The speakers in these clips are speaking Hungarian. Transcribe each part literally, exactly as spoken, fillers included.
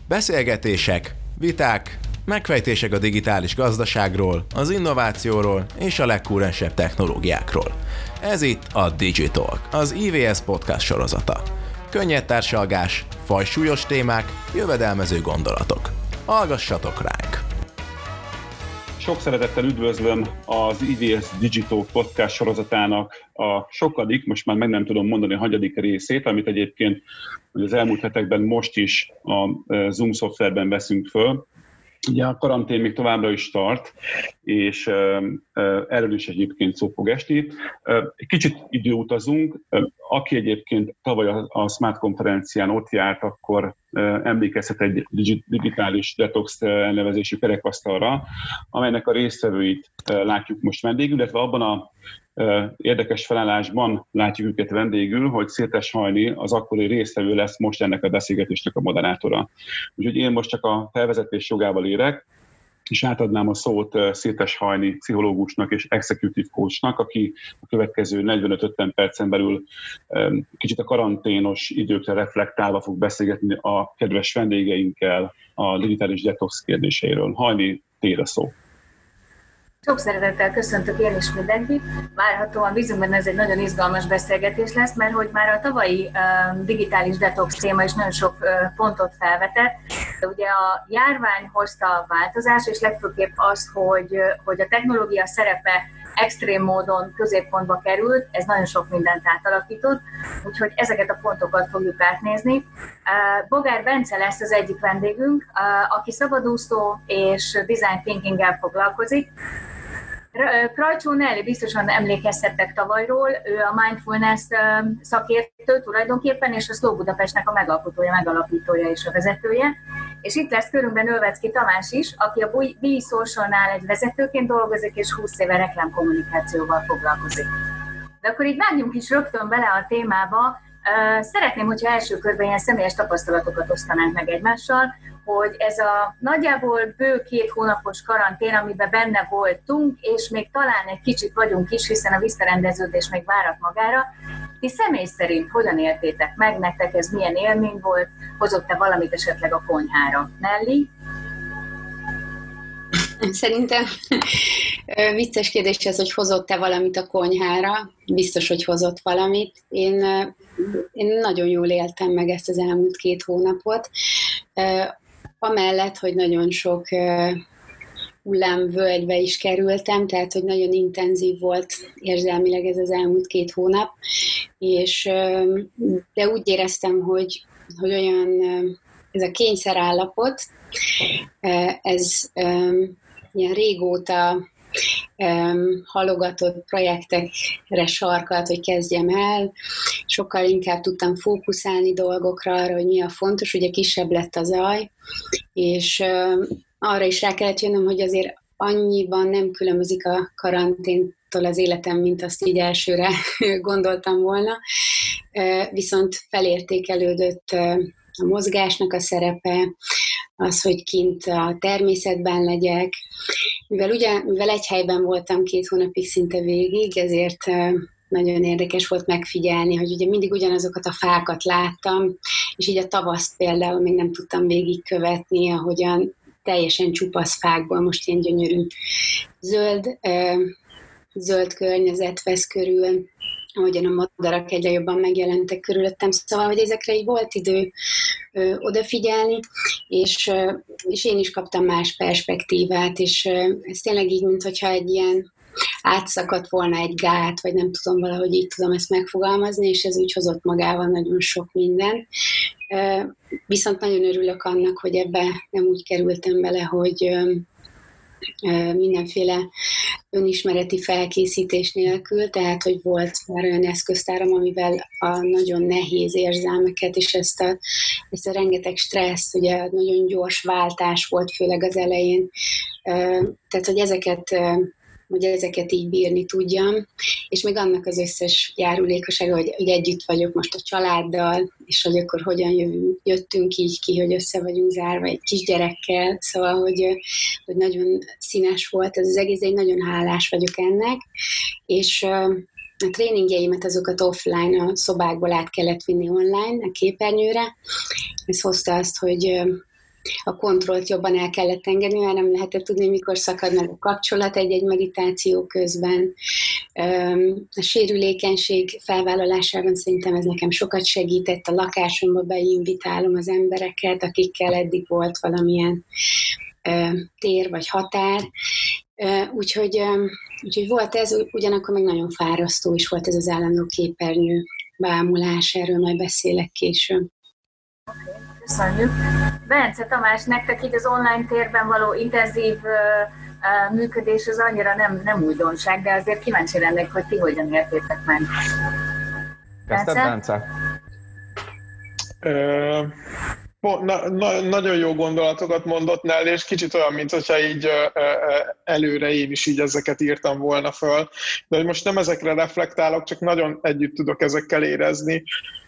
Beszélgetések, viták, megfejtések a digitális gazdaságról, az innovációról és a legkúrensebb technológiákról. Ez itt a Digitalk, az i vé es podcast sorozata. Könnyed társalgás, fajsúlyos témák, jövedelmező gondolatok. Hallgassatok ránk! Sok szeretettel üdvözlöm az i vé es Digital podcast sorozatának a sokadik, most már meg nem tudom mondani a hagyadik részét, amit egyébként az elmúlt hetekben most is a Zoom szoftverben veszünk föl. Ugye a karantén még továbbra is tart, és erről is egyébként szó fog esni. Egy kicsit időutazunk. Aki egyébként tavaly a Smart konferencián ott járt, akkor emlékezhet egy digitális detox elnevezésű kerekasztalra, amelynek a résztvevőit látjuk most vendégül, illetve abban a érdekes felállásban látjuk őket vendégül, hogy Szirtes Hajni az akkori résztvevő lesz most ennek a beszélgetésnek a moderátora. Úgyhogy én most csak a felvezetés jogával érek, és átadnám a szót Szirtes Hajni pszichológusnak és executive coachnak, aki a következő negyvenöt-ötven percen belül kicsit a karanténos időkre reflektálva fog beszélgetni a kedves vendégeinkkel a digitális detox kérdéseiről. Hajni, tér a szó. Sok szeretettel köszöntök én is mindenkit. Várhatóan bízunk benne, ez egy nagyon izgalmas beszélgetés lesz, mert hogy már a tavalyi uh, digitális detox téma is nagyon sok uh, pontot felvetett. De ugye a járvány hozta a változás, és legfőképp azt, hogy, uh, hogy a technológia szerepe extrém módon középpontba került, ez nagyon sok mindent átalakított, úgyhogy ezeket a pontokat fogjuk átnézni. Bogár Bence lesz az egyik vendégünk, aki szabadúszó és design thinkinggel foglalkozik. Krajcsó Nelly, biztosan emlékezhettek tavalyról, ő a mindfulness szakértő tulajdonképpen, és a Slow Budapestnek a megalkotója, megalapítója és a vezetője. És itt lesz körünkben Ölvecki Tamás is, aki a Be Social-nál egy vezetőként dolgozik, és húsz éve reklámkommunikációval foglalkozik. De akkor így vágjunk is rögtön bele a témába. Szeretném, hogyha első körben ilyen személyes tapasztalatokat osztanánk meg egymással, hogy ez a nagyjából bő két hónapos karantén, amiben benne voltunk, és még talán egy kicsit vagyunk is, hiszen a visszarendeződés még várat magára. Ti személy szerint hogyan éltétek meg? Nektek ez milyen élmény volt? Hozott-e valamit esetleg a konyhára? Nelly? Szerintem vicces kérdés ez, hogy hozott-e valamit a konyhára. Biztos, hogy hozott valamit. Én, én nagyon jól éltem meg ezt az elmúlt két hónapot. Amellett, hogy nagyon sok hullámvölgybe is kerültem, tehát hogy nagyon intenzív volt érzelmileg ez az elmúlt két hónap, és de úgy éreztem, hogy, hogy olyan ez a kényszerállapot, ez ilyen régóta halogatott projektekre sarkalt, hogy kezdjem el. Sokkal inkább tudtam fókuszálni dolgokra, arra, hogy mi a fontos, ugye kisebb lett a zaj, és arra is rá kellett jönnöm, hogy azért annyiban nem különbözik a karanténtól az életem, mint azt így elsőre gondoltam volna. Viszont felértékelődött a mozgásnak a szerepe, az, hogy kint a természetben legyek. Mivel, ugye, mivel egy helyben voltam két hónapig szinte végig, ezért nagyon érdekes volt megfigyelni, hogy ugye mindig ugyanazokat a fákat láttam, és így a tavaszt például még nem tudtam végigkövetni, ahogyan teljesen csupasz fákból most ilyen gyönyörű zöld, zöld környezet vesz körül, ahogyan a madarak egyre jobban megjelentek körülöttem, szóval, hogy ezekre így volt idő ö, odafigyelni, és, ö, és én is kaptam más perspektívát, és ö, ez tényleg így, mintha egy ilyen átszakadt volna egy gát, vagy nem tudom, valahogy így tudom ezt megfogalmazni, és ez úgy hozott magával nagyon sok mindent. Ö, viszont nagyon örülök annak, hogy ebbe nem úgy kerültem bele, hogy ö, mindenféle önismereti felkészítés nélkül, tehát, hogy volt már olyan eszköztáram, amivel a nagyon nehéz érzelmeket, és ezt a, ezt a rengeteg stressz, ugye nagyon gyors váltás volt, főleg az elején, tehát, hogy ezeket hogy ezeket így bírni tudjam, és még annak az összes járulékossága, hogy, hogy együtt vagyok most a családdal, és hogy akkor hogyan jövünk, jöttünk így ki, hogy össze vagyunk zárva egy kisgyerekkel, szóval, hogy, hogy nagyon színes volt ez az egész, de én nagyon hálás vagyok ennek, és a tréningjeimet azokat offline, a szobákból át kellett vinni online, a képernyőre. Ez hozta azt, hogy a kontrollt jobban el kellett engedni, mert nem lehetett tudni, mikor szakad meg a kapcsolat egy-egy meditáció közben. A sérülékenység felvállalásában szerintem ez nekem sokat segített, a lakásomba beinvitálom az embereket, akikkel eddig volt valamilyen tér vagy határ. Úgyhogy, úgyhogy volt ez, ugyanakkor meg nagyon fárasztó is volt ez az állandó képernyő bámulás, erről majd beszélek később. Köszönjük. Bence, Tamás, nektek így az online térben való intenzív uh, uh, működés az annyira nem, nem újdonság, de azért kíváncsi lennék, hogy ti hogyan éltétek meg. Kezdted, Bence? Ö, na, na, nagyon jó gondolatokat mondott Nell, és kicsit olyan, mint hogyha így ö, ö, előre én is így ezeket írtam volna föl. De hogy most nem ezekre reflektálok, csak nagyon együtt tudok ezekkel érezni.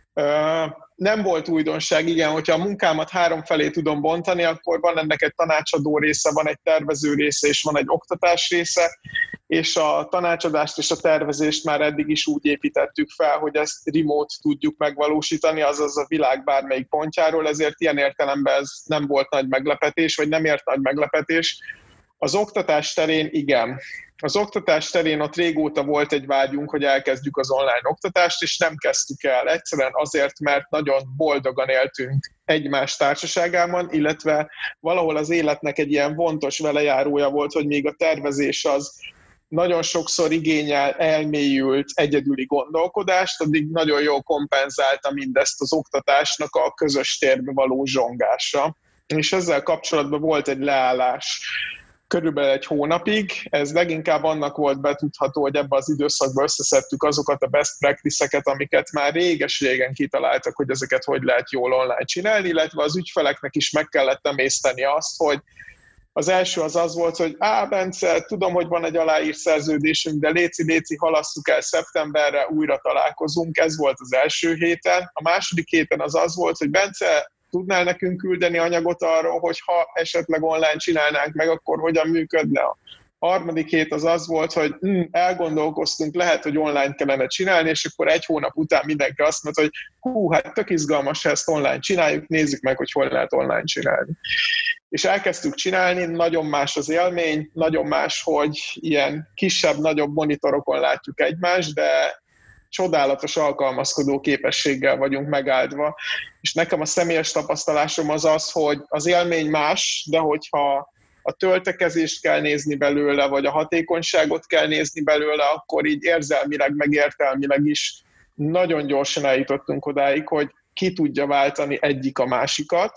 Ö, Nem volt újdonság, igen, hogyha a munkámat három felé tudom bontani, akkor van ennek egy tanácsadó része, van egy tervező része, és van egy oktatás része, és a tanácsadást és a tervezést már eddig is úgy építettük fel, hogy ezt remote tudjuk megvalósítani, azaz a világ bármelyik pontjáról, ezért ilyen értelemben ez nem volt nagy meglepetés, vagy nem ért nagy meglepetés. Az oktatás terén igen. Az oktatás terén ott régóta volt egy vágyunk, hogy elkezdjük az online oktatást, és nem kezdtük el. Egyszerűen azért, mert nagyon boldogan éltünk egymás társaságában, illetve valahol az életnek egy ilyen vontos velejárója volt, hogy még a tervezés az nagyon sokszor igényel elmélyült egyedüli gondolkodást, addig nagyon jól kompenzálta mindezt az oktatásnak a közös térbe való zsongása. És ezzel kapcsolatban volt egy leállás körülbelül egy hónapig. Ez leginkább annak volt betudható, hogy ebben az időszakban összeszedtük azokat a best practice-eket, amiket már réges-régen kitaláltak, hogy ezeket hogy lehet jól online csinálni, illetve az ügyfeleknek is meg kellett emészteni azt, hogy az első az az volt, hogy á, Bence, tudom, hogy van egy aláírt szerződésünk, de léci, léci, halasszuk el szeptemberre, újra találkozunk. Ez volt az első héten. A második héten az az volt, hogy Bence, tudnál nekünk küldeni anyagot arról, hogy ha esetleg online csinálnánk meg, akkor hogyan működne? A harmadik hét az az volt, hogy hm, elgondolkoztunk, lehet, hogy online kellene csinálni, és akkor egy hónap után mindenki azt mondta, hogy hú, hát tök izgalmas, ha ezt online csináljuk, nézzük meg, hogy hol lehet online csinálni. És elkezdtük csinálni, nagyon más az élmény, nagyon más, hogy ilyen kisebb-nagyobb monitorokon látjuk egymást, de csodálatos alkalmazkodó képességgel vagyunk megáldva. És nekem a személyes tapasztalásom az az, hogy az élmény más, de hogyha a töltekezést kell nézni belőle, vagy a hatékonyságot kell nézni belőle, akkor így érzelmileg, meg értelmileg is nagyon gyorsan eljutottunk odáig, hogy ki tudja váltani egyik a másikat.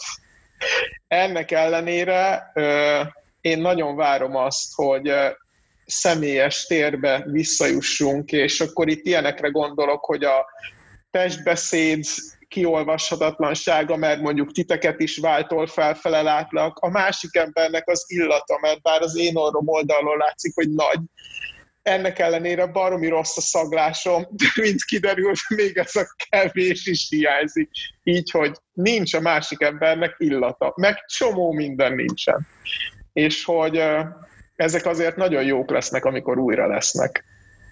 Ennek ellenére én nagyon várom azt, hogy személyes térbe visszajussunk, és akkor itt ilyenekre gondolok, hogy a testbeszéd kiolvashatatlansága, mert mondjuk titeket is váltól felfele látlak, a másik embernek az illata, mert bár az én orrom oldalról látszik, hogy nagy, ennek ellenére baromi rossz a szaglásom, de mint kiderült, még ez a kevés is hiányzik. Így, hogy nincs a másik embernek illata, meg csomó minden nincsen. És hogy ezek azért nagyon jók lesznek, amikor újra lesznek.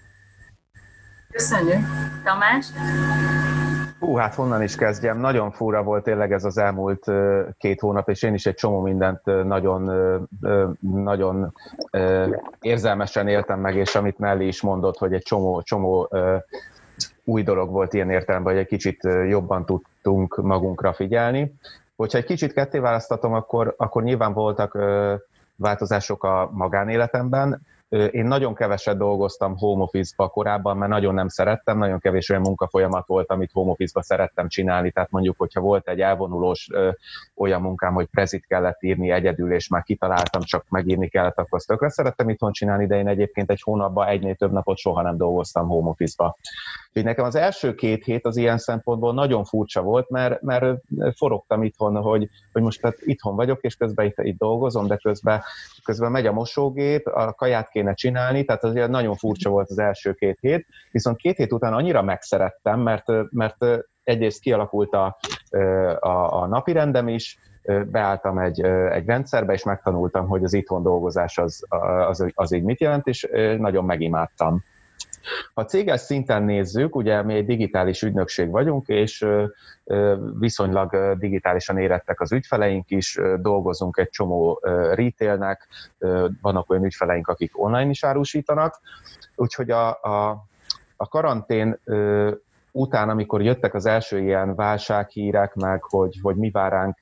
Köszönjük. Tamás? Hú, hát honnan is kezdjem? Nagyon fura volt tényleg ez az elmúlt két hónap, és én is egy csomó mindent nagyon, nagyon érzelmesen éltem meg, és amit Nelly is mondott, hogy egy csomó, csomó új dolog volt ilyen értelemben, hogy egy kicsit jobban tudtunk magunkra figyelni. Hogyha egy kicsit ketté választatom, akkor, akkor nyilván voltak változások a magánéletemben. Én nagyon keveset dolgoztam home office-ba korábban, mert nagyon nem szerettem, nagyon kevés olyan munkafolyamat volt, amit home office-ba szerettem csinálni, tehát mondjuk, hogyha volt egy elvonulós ö, olyan munkám, hogy prezit kellett írni egyedül, és már kitaláltam, csak megírni kellett, akkor azt tökre szerettem itthon csinálni, de én egyébként egy hónapban egynél több napot soha nem dolgoztam home office-ba. Úgyhogy nekem az első két hét az ilyen szempontból nagyon furcsa volt, mert, mert forogtam itthon, hogy, hogy most hát itthon vagyok, és közben itt, itt dolgozom, de közben, közben megy a mosógép, a kaját kéne csinálni, tehát az nagyon furcsa volt az első két hét, viszont két hét után annyira megszerettem, mert, mert egyrészt kialakult a, a, a napirendem is, beálltam egy, egy rendszerbe, és megtanultam, hogy az itthon dolgozás az, az, az így mit jelent, és nagyon megimádtam. Ha céges szinten nézzük, ugye mi egy digitális ügynökség vagyunk, és viszonylag digitálisan érettek az ügyfeleink is, dolgozunk egy csomó retailnek, vannak olyan ügyfeleink, akik online is árusítanak, úgyhogy a, a, a karantén után, amikor jöttek az első ilyen válsághírek, meg hogy, hogy mi vár ránk,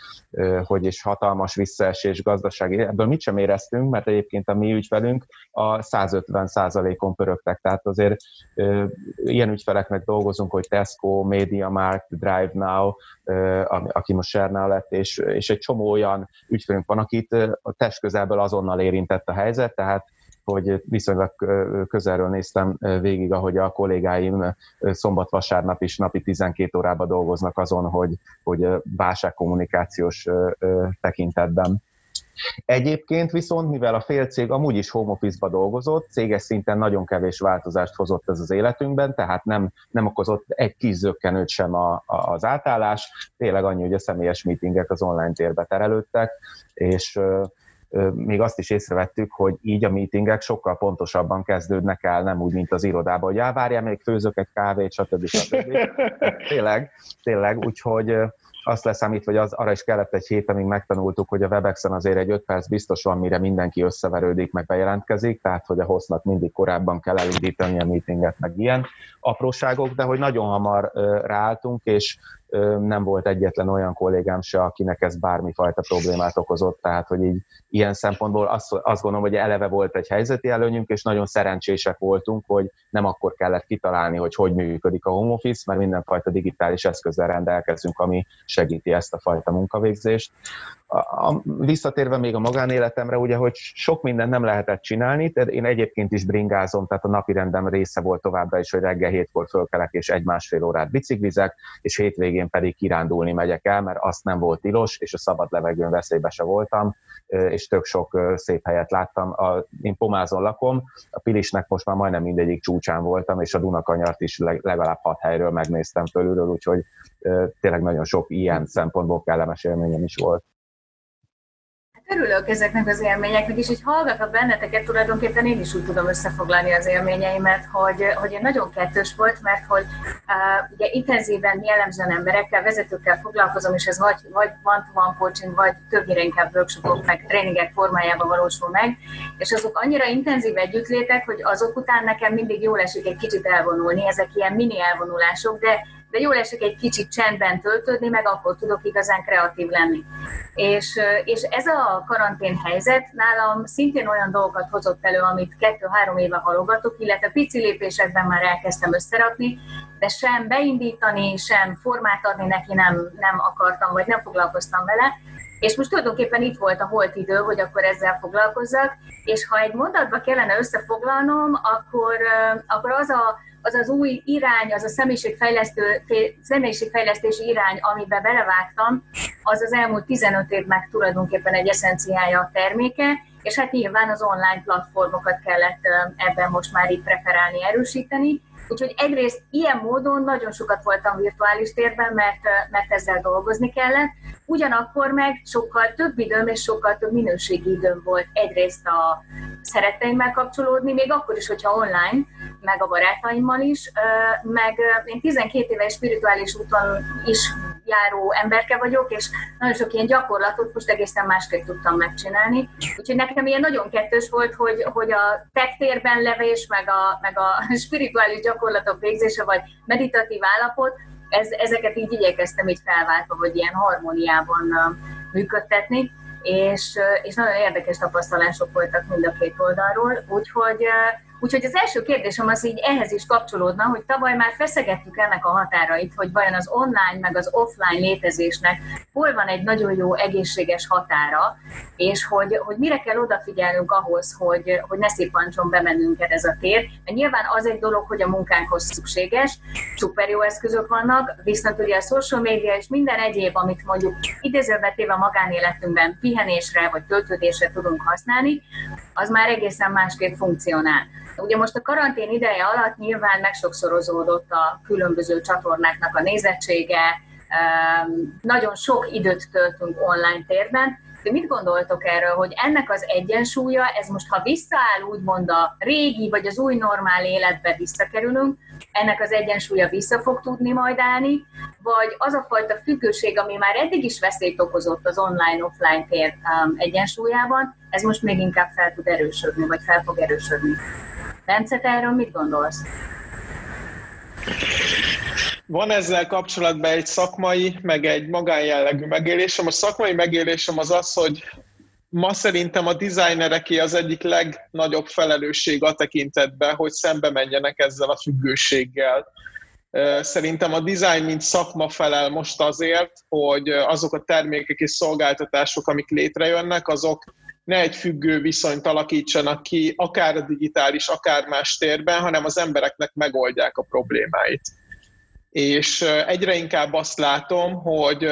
hogy is hatalmas visszaesés gazdasági, ebből mit sem éreztünk, mert egyébként a mi ügyfelünk a száz ötven százalékon pörögtek, tehát azért ilyen ügyfeleknek dolgozunk, hogy Tesco, MediaMarkt, DriveNow, aki most ShareNow lett, és, és egy csomó olyan ügyfelünk van, akit a testközelből azonnal érintett a helyzet, tehát hogy viszonylag közelről néztem végig, ahogy a kollégáim szombat-vasárnap is napi tizenkét órában dolgoznak azon, hogy, hogy válságkommunikációs tekintetben. Egyébként viszont, mivel a fél cég amúgy is home office-ba dolgozott, céges szinten nagyon kevés változást hozott ez az életünkben, tehát nem, nem okozott egy kis zökkenőt sem a, a, az átállás, tényleg annyi, hogy a személyes meetingek az online térbe terelődtek, és még azt is észrevettük, hogy így a meetingek sokkal pontosabban kezdődnek el, nem úgy, mint az irodában, hogy já, várjál, még főzök egy kávét, stb. stb. Tényleg, tényleg, úgyhogy azt leszámít, hogy az, arra is kellett egy hét, amíg megtanultuk, hogy a Webexen azért egy öt perc biztos van, mire mindenki összeverődik, meg bejelentkezik, tehát hogy a hostnak mindig korábban kell elindítani a meetinget, meg ilyen apróságok, de hogy nagyon hamar ráálltunk, és nem volt egyetlen olyan kollégám se, akinek ez bármifajta problémát okozott, tehát hogy így ilyen szempontból azt, azt gondolom, hogy eleve volt egy helyzeti előnyünk, és nagyon szerencsések voltunk, hogy nem akkor kellett kitalálni, hogy hogy működik a home office, mert mindenfajta digitális eszközzel rendelkezünk, ami segíti ezt a fajta munkavégzést. A, a, visszatérve még a magánéletemre, ugye, hogy sok mindent nem lehetett csinálni, de én egyébként is bringázom, tehát a napirendem része volt továbbra is, hogy reggel hétkor fölkelek és egy-másfél órát biciklizek, és hétvégén pedig kirándulni megyek el, mert azt nem volt tilos, és a szabad levegőn veszélybe se voltam, és tök sok szép helyet láttam. A, én Pomázon lakom, a Pilisnek most már majdnem mindegyik csúcsán voltam, és a Dunakanyart is legalább hat helyről megnéztem fölülről, úgyhogy tényleg nagyon sok ilyen szempontból kellemes élményem is volt. Örülök ezeknek az élményeknek, és hogy hallgatok benneteket, tulajdonképpen én is úgy tudom összefoglalni az élményeimet, hogy, hogy nagyon kettős volt, mert hogy uh, ugye intenzíven, jellemzően emberekkel, vezetőkkel foglalkozom, és ez vagy, vagy one-to-one coaching, vagy többnyire inkább workshopok, meg tréningek formájában valósul meg, és azok annyira intenzív együttlétek, hogy azok után nekem mindig jól esik egy kicsit elvonulni, ezek ilyen mini elvonulások, de de jól esik egy kicsit csendben töltődni, meg akkor tudok igazán kreatív lenni. És, és ez a karantén helyzet nálam szintén olyan dolgokat hozott elő, amit kettő-három éve halogatok, illetve pici lépésekben már elkezdtem összerakni, de sem beindítani, sem formát adni neki nem, nem akartam, vagy nem foglalkoztam vele. És most tulajdonképpen itt volt a holt idő, hogy akkor ezzel foglalkozzak, és ha egy mondatba kellene összefoglalnom, akkor, akkor az a az az új irány, az a személyiségfejlesztő, személyiségfejlesztési irány, amiben belevágtam, az az elmúlt tizenöt évnek tulajdonképpen egy eszenciája a terméke, és hát nyilván az online platformokat kellett ebben most már itt preferálni, erősíteni. Úgyhogy egyrészt ilyen módon nagyon sokat voltam virtuális térben, mert, mert ezzel dolgozni kellett, ugyanakkor meg sokkal több időm és sokkal több minőségi időm volt egyrészt a szeretteimmel kapcsolódni, még akkor is, hogyha online, meg a barátaimmal is, meg én tizenkét éves spirituális úton is járó emberke vagyok, és nagyon sok ilyen gyakorlatot most egészen másképp tudtam megcsinálni. Úgyhogy nekem ilyen nagyon kettős volt, hogy, hogy a tech térben levés, meg a, meg a spirituális gyakorlatok végzése, vagy meditatív állapot, ez, ezeket így igyekeztem így felváltva, hogy ilyen harmóniában működtetni, és, és nagyon érdekes tapasztalások voltak mind a két oldalról, úgyhogy Úgyhogy az első kérdésem az így ehhez is kapcsolódna, hogy tavaly már feszegettük ennek a határait, hogy vajon az online meg az offline létezésnek hol van egy nagyon jó egészséges határa, és hogy, hogy mire kell odafigyelnünk ahhoz, hogy, hogy ne szippancson be bennünket ez a tér. Mert nyilván az egy dolog, hogy a munkánkhoz szükséges, szuper jó eszközök vannak, viszont ugye a social media és minden egyéb, amit mondjuk idézőben téve a magánéletünkben pihenésre vagy töltődésre tudunk használni, az már egészen másképp funkcionál. Ugye most a karantén ideje alatt nyilván megsokszorozódott a különböző csatornáknak a nézettsége, nagyon sok időt töltünk online térben. De mit gondoltok erről, hogy ennek az egyensúlya, ez most ha visszaáll úgymond a régi vagy az új normál életbe visszakerülünk, ennek az egyensúlya vissza fog tudni majd állni, vagy az a fajta függőség, ami már eddig is veszélyt okozott az online-offline tér um, egyensúlyában, ez most még inkább fel tud erősödni, vagy fel fog erősödni. Bence, te erről mit gondolsz? Van ezzel kapcsolatban egy szakmai, meg egy magánjellegű megélésem. A szakmai megélésem az az, hogy ma szerintem a designereké az egyik legnagyobb felelősség a tekintetben, hogy szembe menjenek ezzel a függőséggel. Szerintem a design mint szakma felel most azért, hogy azok a termékek és szolgáltatások, amik létrejönnek, azok ne egy függő viszonyt alakítsanak ki, akár a digitális, akár más térben, hanem az embereknek megoldják a problémáit. És egyre inkább azt látom, hogy,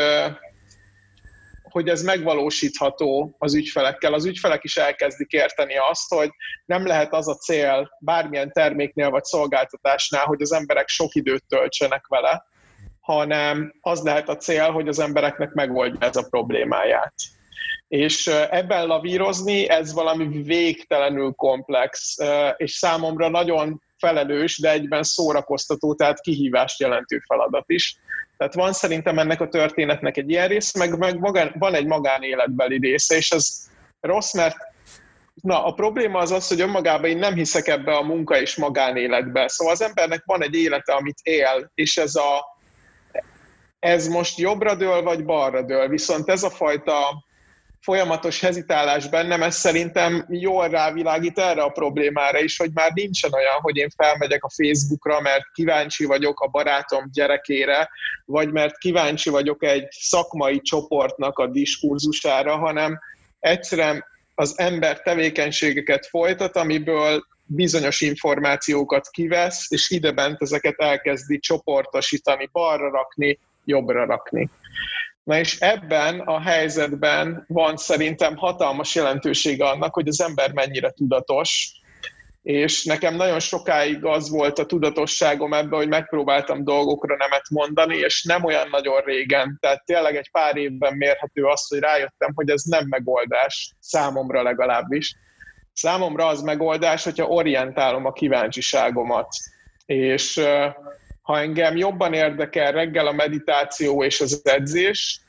hogy ez megvalósítható az ügyfelekkel. Az ügyfelek is elkezdik érteni azt, hogy nem lehet az a cél bármilyen terméknél vagy szolgáltatásnál, hogy az emberek sok időt töltsenek vele, hanem az lehet a cél, hogy az embereknek megoldja ez a problémáját. És ebben lavírozni, ez valami végtelenül komplex, és számomra nagyon felelős, de egyben szórakoztató, tehát kihívást jelentő feladat is. Tehát van szerintem ennek a történetnek egy ilyen része, meg, meg magán, van egy magánéletbeli része, és ez rossz, mert na, a probléma az az, hogy önmagában én nem hiszek ebbe a munka és magánéletbe. Szóval az embernek van egy élete, amit él, és ez, a, ez most jobbra dől, vagy balra dől. Viszont ez a fajta folyamatos hezitálás bennem, ez szerintem jól rávilágít erre a problémára is, hogy már nincsen olyan, hogy én felmegyek a Facebookra, mert kíváncsi vagyok a barátom gyerekére, vagy mert kíváncsi vagyok egy szakmai csoportnak a diskurzusára, hanem egyszerűen az ember tevékenységeket folytat, amiből bizonyos információkat kivesz, és idebent ezeket elkezdi csoportosítani, balra rakni, jobbra rakni. Na és ebben a helyzetben van szerintem hatalmas jelentősége annak, hogy az ember mennyire tudatos, és nekem nagyon sokáig az volt a tudatosságom ebben, hogy megpróbáltam dolgokra nemet mondani, és nem olyan nagyon régen, tehát tényleg egy pár évben mérhető az, hogy rájöttem, hogy ez nem megoldás, számomra legalábbis. Számomra az megoldás, hogyha orientálom a kíváncsiságomat, és ha engem jobban érdekel reggel a meditáció és az edzés,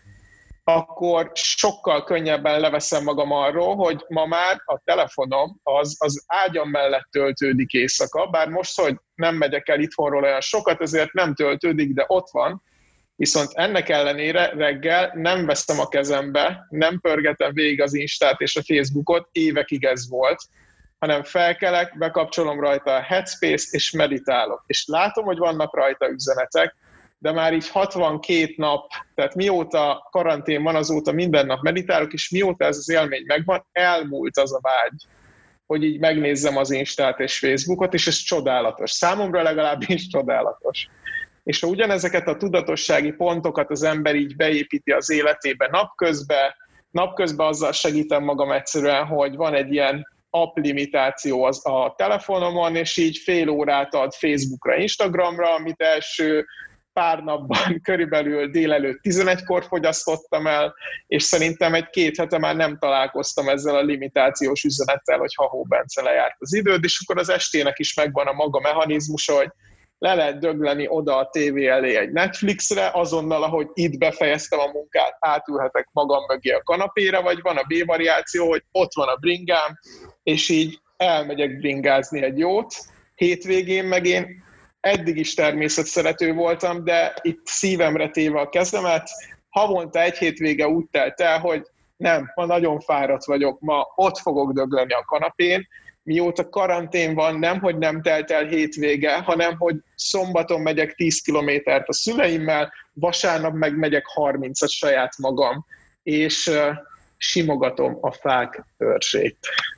akkor sokkal könnyebben leveszem magam arról, hogy ma már a telefonom az, az ágyam mellett töltődik éjszaka, bár most, hogy nem megyek el itthonról olyan sokat, ezért nem töltődik, de ott van. Viszont ennek ellenére reggel nem veszem a kezembe, nem pörgetem végig az Instát és a Facebookot, évekig ez volt, hanem felkelek, bekapcsolom rajta a Headspace-t, és meditálok. És látom, hogy vannak rajta üzenetek, de már így hatvankét nap, tehát mióta karantén van, azóta minden nap meditálok, és mióta ez az élmény megvan, elmúlt az a vágy, hogy így megnézzem az Instát és Facebookot, és ez csodálatos. Számomra legalábbis csodálatos. És ha ugyanezeket a tudatossági pontokat az ember így beépíti az életébe napközben, napközben azzal segítem magam egyszerűen, hogy van egy ilyen app-limitáció az a telefonomon, és így fél órát ad Facebookra, Instagramra, amit első pár napban körülbelül délelőtt tizenegykor fogyasztottam el, és szerintem egy-két hete már nem találkoztam ezzel a limitációs üzenettel, hogy ha-hó Bence, lejárt az időd, és akkor az estének is megvan a maga mechanizmusa, hogy le lehet dögleni oda a tévé elé egy Netflixre, azonnal, ahogy itt befejeztem a munkát, átülhetek magam mögé a kanapéra, vagy van a B-variáció, hogy ott van a bringám, és így elmegyek bringázni egy jót. Hétvégén meg én eddig is természetszerető voltam, de itt szívemre téve a kezemet, havonta egy hétvége úgy telt el, hogy nem, ma nagyon fáradt vagyok, ma ott fogok dögleni a kanapén, mióta karantén van, nem, hogy nem telt el hétvége, hanem, hogy szombaton megyek tíz kilométert a szüleimmel, vasárnap meg megyek harmincat saját magam, és uh, simogatom a fák törzsét.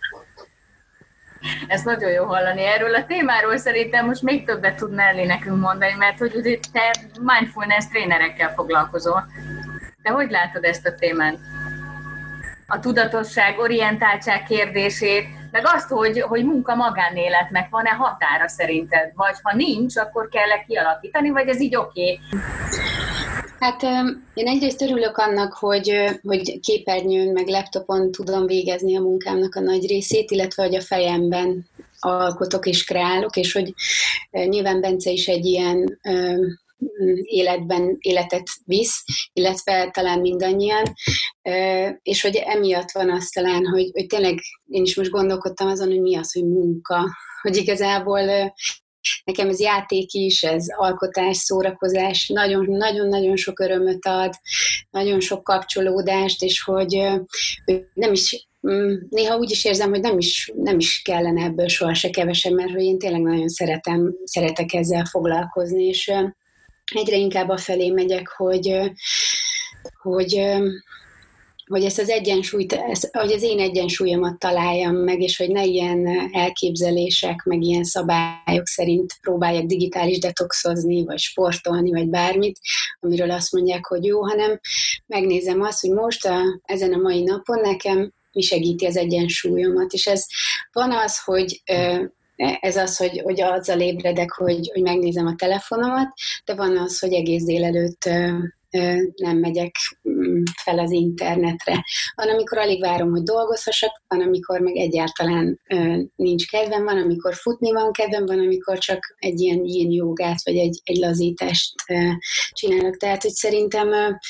Ez nagyon jó hallani. Erről a témáról szerintem most még többet tud Nelly nekünk mondani, mert hogy ugye te mindfulness trénerekkel foglalkozol. De hogy látod ezt a témát? A tudatosság, orientáltság kérdését, meg azt, hogy, hogy munka-magánéletnek van-e határa szerinted? Vagy ha nincs, akkor kell-e kialakítani, vagy ez így oké? Okay? Hát én egyrészt örülök annak, hogy, hogy képernyőn meg laptopon tudom végezni a munkámnak a nagy részét, illetve hogy a fejemben alkotok és kreálok, és hogy nyilván Bence is egy ilyen életben életet visz, illetve talán mindannyian, és hogy emiatt van az talán, hogy, hogy tényleg én is most gondolkodtam azon, hogy mi az, hogy munka, hogy igazából nekem ez játék is, ez alkotás, szórakozás, nagyon-nagyon sok örömöt ad, nagyon sok kapcsolódást, és hogy, hogy nem is, néha úgy is érzem, hogy nem is, nem is kellene ebből soha se kevesebb, mert hogy én tényleg nagyon szeretem, szeretek ezzel foglalkozni, és egyre inkább afelé megyek, hogy, hogy, hogy ezt az egyensúlyt, ezt, hogy az én egyensúlyomat találjam meg, és hogy ne ilyen elképzelések, meg ilyen szabályok szerint próbáljak digitális detoxozni, vagy sportolni, vagy bármit, amiről azt mondják, hogy jó, hanem megnézem azt, hogy most a, ezen a mai napon nekem mi segíti az egyensúlyomat, és ez van az, hogy ez az, hogy, hogy azzal ébredek, hogy, hogy megnézem a telefonomat, de van az, hogy egész délelőtt nem megyek fel az internetre. Van, amikor alig várom, hogy dolgozhassak, van, amikor meg egyáltalán nincs kedvem, van, amikor futni van kedvem, van, amikor csak egy ilyen yin jogát, vagy egy, egy lazítást csinálok. Tehát, hogy szerintem,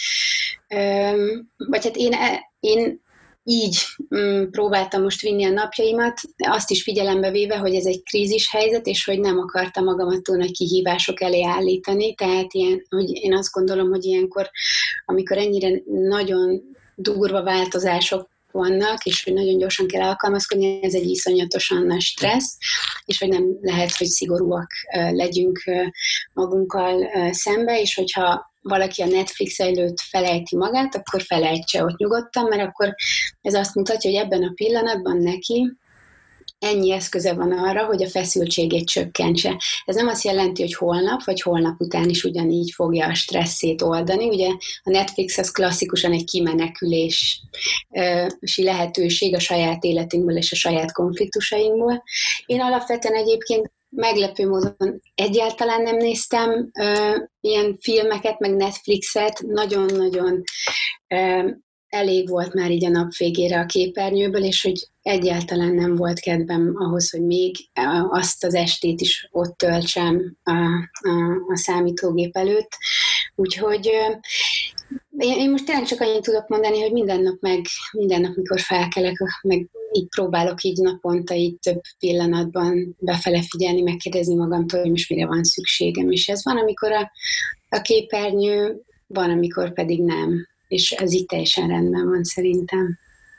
vagy hát én, én így mm, próbáltam most vinni a napjaimat, azt is figyelembe véve, hogy ez egy krízis helyzet, és hogy nem akartam magamat túl nagy kihívások elé állítani, tehát ilyen, hogy én azt gondolom, hogy ilyenkor, amikor ennyire nagyon durva változások vannak, és hogy nagyon gyorsan kell alkalmazkodni, ez egy iszonyatosan nagy stressz, és hogy nem lehet, hogy szigorúak legyünk magunkkal szembe, és hogyha valaki a Netflix előtt felejti magát, akkor felejtse ott nyugodtan, mert akkor ez azt mutatja, hogy ebben a pillanatban neki ennyi eszköze van arra, hogy a feszültségét csökkentse. Ez nem azt jelenti, hogy holnap, vagy holnap után is ugyanígy fogja a stresszét oldani. Ugye a Netflix az klasszikusan egy kimenekülési lehetőség a saját életünkből és a saját konfliktusainkból. Én alapvetően egyébként meglepő módon egyáltalán nem néztem uh, ilyen filmeket, meg Netflixet, nagyon-nagyon uh, elég volt már így a nap végére a képernyőből, és hogy egyáltalán nem volt kedvem ahhoz, hogy még uh, azt az estét is ott töltsem a, a, a számítógép előtt. Úgyhogy uh, én, én most tényleg csak annyit tudok mondani, hogy minden nap meg, minden nap, mikor felkelek, meg így próbálok így naponta így több pillanatban befele figyelni, megkérdezni magamtól, hogy most mire van szükségem. És ez van, amikor a, a képernyő, van, amikor pedig nem. És ez így teljesen rendben van szerintem.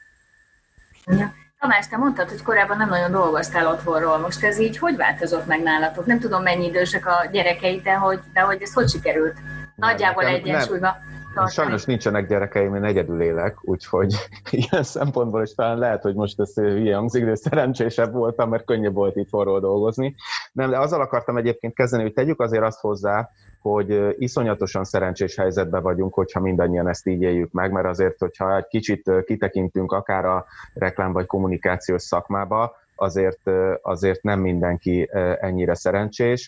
Ja. Tamás, te mondtad, hogy korábban nem nagyon dolgoztál otthonról. Most ez így hogy változott meg nálatok? Nem tudom, mennyi idősek a gyerekeid, de hogy, de hogy ez hogy sikerült? Nagyjából egyensúlyba. Sajnos nincsenek gyerekeim, én egyedül élek, úgyhogy ilyen szempontból is talán lehet, hogy most ez hülye hangzik, de szerencsésebb voltam, mert könnyebb volt itthonról dolgozni. Nem, de azzal akartam egyébként kezdeni, hogy tegyük azért azt hozzá, hogy iszonyatosan szerencsés helyzetben vagyunk, hogyha mindannyian ezt így éljük meg, mert azért, hogyha egy kicsit kitekintünk akár a reklám vagy kommunikációs szakmába, azért, azért nem mindenki ennyire szerencsés.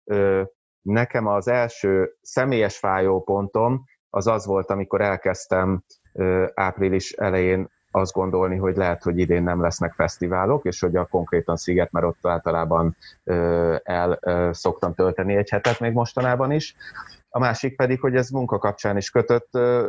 Nekem az első személyes fájó pontom az az volt, amikor elkezdtem április elején azt gondolni, hogy lehet, hogy idén nem lesznek fesztiválok, és hogy a konkrétan Sziget, mert ott általában el szoktam tölteni egy hetet még mostanában is. A másik pedig, hogy ez munka kapcsán is kötött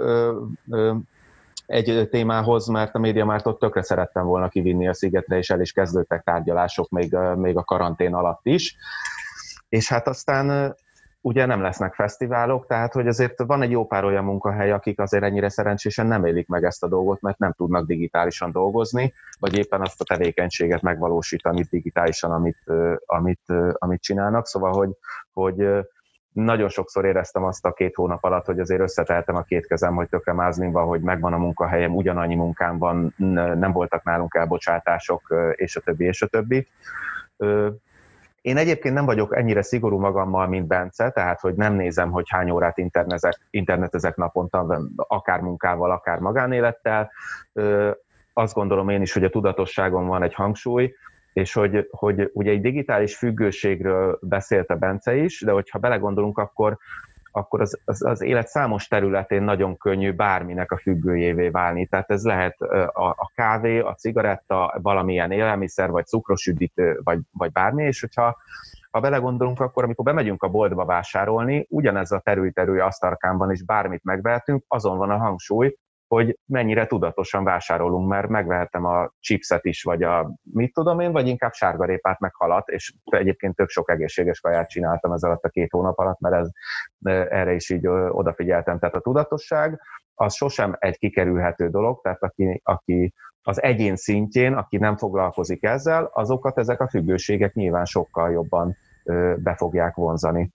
egy témához, mert a MediaMarktot tökre szerettem volna kivinni a Szigetre, és el is kezdődtek tárgyalások még, még a karantén alatt is. És hát aztán ugye nem lesznek fesztiválok, tehát hogy azért van egy jó pár olyan munkahely, akik azért ennyire szerencsésen nem élik meg ezt a dolgot, mert nem tudnak digitálisan dolgozni, vagy éppen azt a tevékenységet megvalósítani digitálisan, amit, amit, amit csinálnak. Szóval, hogy, hogy nagyon sokszor éreztem azt a két hónap alatt, hogy azért összeteltem a két kezem, hogy tökre mázni van, hogy megvan a munkahelyem, ugyanannyi munkám van, nem voltak nálunk elbocsátások, és a többi, és a többi. Én egyébként nem vagyok ennyire szigorú magammal, mint Bence, tehát hogy nem nézem, hogy hány órát internetezek, internetezek naponta, akár munkával, akár magánélettel. Azt gondolom én is, hogy a tudatosságon van egy hangsúly, és hogy, hogy ugye egy digitális függőségről beszélt a Bence is, de hogyha belegondolunk, akkor akkor az, az, az élet számos területén nagyon könnyű bárminek a függőjévé válni. Tehát ez lehet a, a kávé, a cigaretta, valamilyen élelmiszer, vagy cukros üdítő, vagy, vagy bármi, és hogyha ha belegondolunk, akkor amikor bemegyünk a boltba vásárolni, ugyanez a terülterű asztalkámban is bármit megvehetünk, azon van a hangsúly, hogy mennyire tudatosan vásárolunk, mert megvehetem a chipset is, vagy a mit tudom én, vagy inkább sárgarépát, meg halat, és egyébként tök sok egészséges kaját csináltam ez alatt a két hónap alatt, mert ez, erre is így odafigyeltem. Tehát a tudatosság az sosem egy kikerülhető dolog, tehát aki, aki az egyén szintjén, aki nem foglalkozik ezzel, azokat ezek a függőségek nyilván sokkal jobban be fogják vonzani.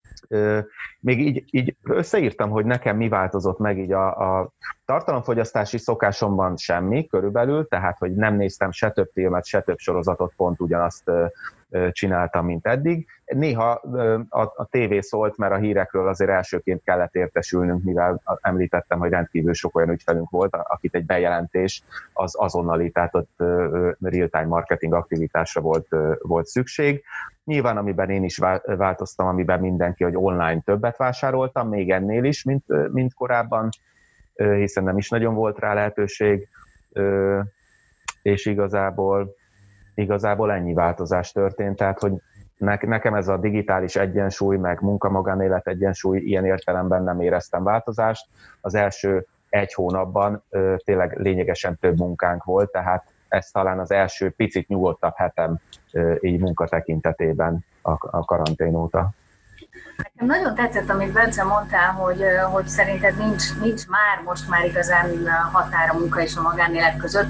Még így, így összeírtam, hogy nekem mi változott meg így a, a tartalomfogyasztási szokásomban semmi körülbelül, tehát hogy nem néztem se több filmet, se több sorozatot, pont ugyanazt csináltam, mint eddig. Néha a, a tévé szólt, mert a hírekről azért elsőként kellett értesülnünk, mivel említettem, hogy rendkívül sok olyan ügyfelünk volt, akit egy bejelentés az azonnali, tehát ott real-time marketing aktivitásra volt, volt szükség. Nyilván, amiben én is változtam, amiben mindenki, hogy online többet vásároltam, még ennél is, mint, mint korábban, hiszen nem is nagyon volt rá lehetőség, és igazából, igazából ennyi változás történt, tehát hogy nekem ez a digitális egyensúly, meg munka-magánélet egyensúly, ilyen értelemben nem éreztem változást. Az első egy hónapban tényleg lényegesen több munkánk volt, tehát ez talán az első picit nyugodtabb hetem így munka tekintetében a, a karantén óta. Nekem nagyon tetszett, amit Bence mondtál, hogy, hogy szerinted nincs, nincs már most már igazán határ a munka és a magánélet között,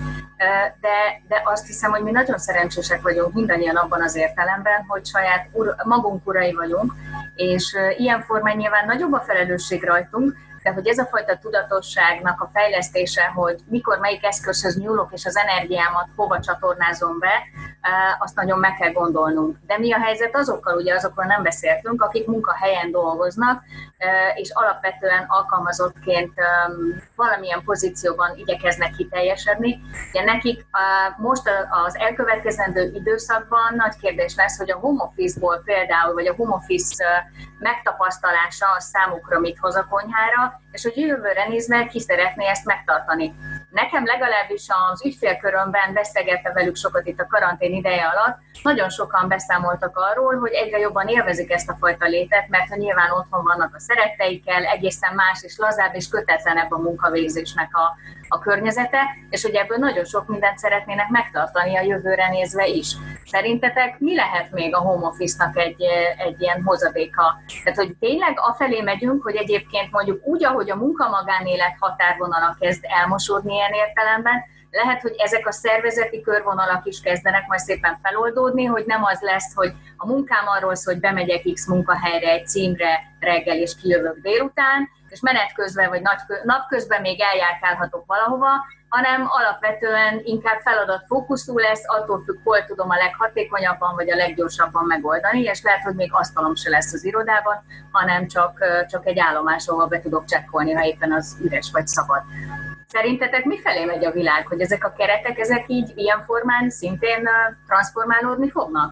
de, de azt hiszem, hogy mi nagyon szerencsések vagyunk mindannyian abban az értelemben, hogy saját ur, magunk urai vagyunk, és ilyen formán nyilván nagyobb a felelősség rajtunk, de hogy ez a fajta tudatosságnak a fejlesztése, hogy mikor melyik eszközhöz nyúlok, és az energiámat hova csatornázom be, azt nagyon meg kell gondolnunk. De mi a helyzet azokkal, ugye azokról nem beszéltünk, akik munkahelyen dolgoznak, és alapvetően alkalmazottként valamilyen pozícióban igyekeznek kiteljesedni. Ugye nekik most az elkövetkezendő időszakban nagy kérdés lesz, hogy a home office-ból például, vagy a home office megtapasztalása a számukra mit hoz a konyhára, és hogy jövőre nézve ki szeretné ezt megtartani. Nekem legalábbis az ügyfélkörömben beszélgettem velük sokat itt a karantén ideje alatt, nagyon sokan beszámoltak arról, hogy egyre jobban élvezik ezt a fajta létet, mert hogy nyilván otthon vannak a szeretteikkel, egészen más és lazább és kötetlenebb a munkavégzésnek a, a környezete, és hogy ebből nagyon sok mindent szeretnének megtartani a jövőre nézve is. Szerintetek mi lehet még a home office-nak egy, egy ilyen hozadéka? Tehát, hogy tényleg afelé megyünk, hogy egyébként mondjuk úgy, ahogy a munka-magánélet határvonala kezd elmosódni ilyen értelemben, lehet, hogy ezek a szervezeti körvonalak is kezdenek majd szépen feloldódni, hogy nem az lesz, hogy a munkám arról szól, hogy bemegyek X munkahelyre egy címre reggel és kijövök délután, és menet közben vagy napközben még eljárkálhatok valahova, hanem alapvetően inkább feladatfókuszú lesz, attól függ, hol tudom a leghatékonyabban vagy a leggyorsabban megoldani, és lehet, hogy még asztalom se lesz az irodában, hanem csak, csak egy állomás, ahol be tudok csekkolni, ha éppen az üres vagy szabad. Szerintetek mifelé megy a világ, hogy ezek a keretek, ezek így ilyen formán szintén transformálódni fognak?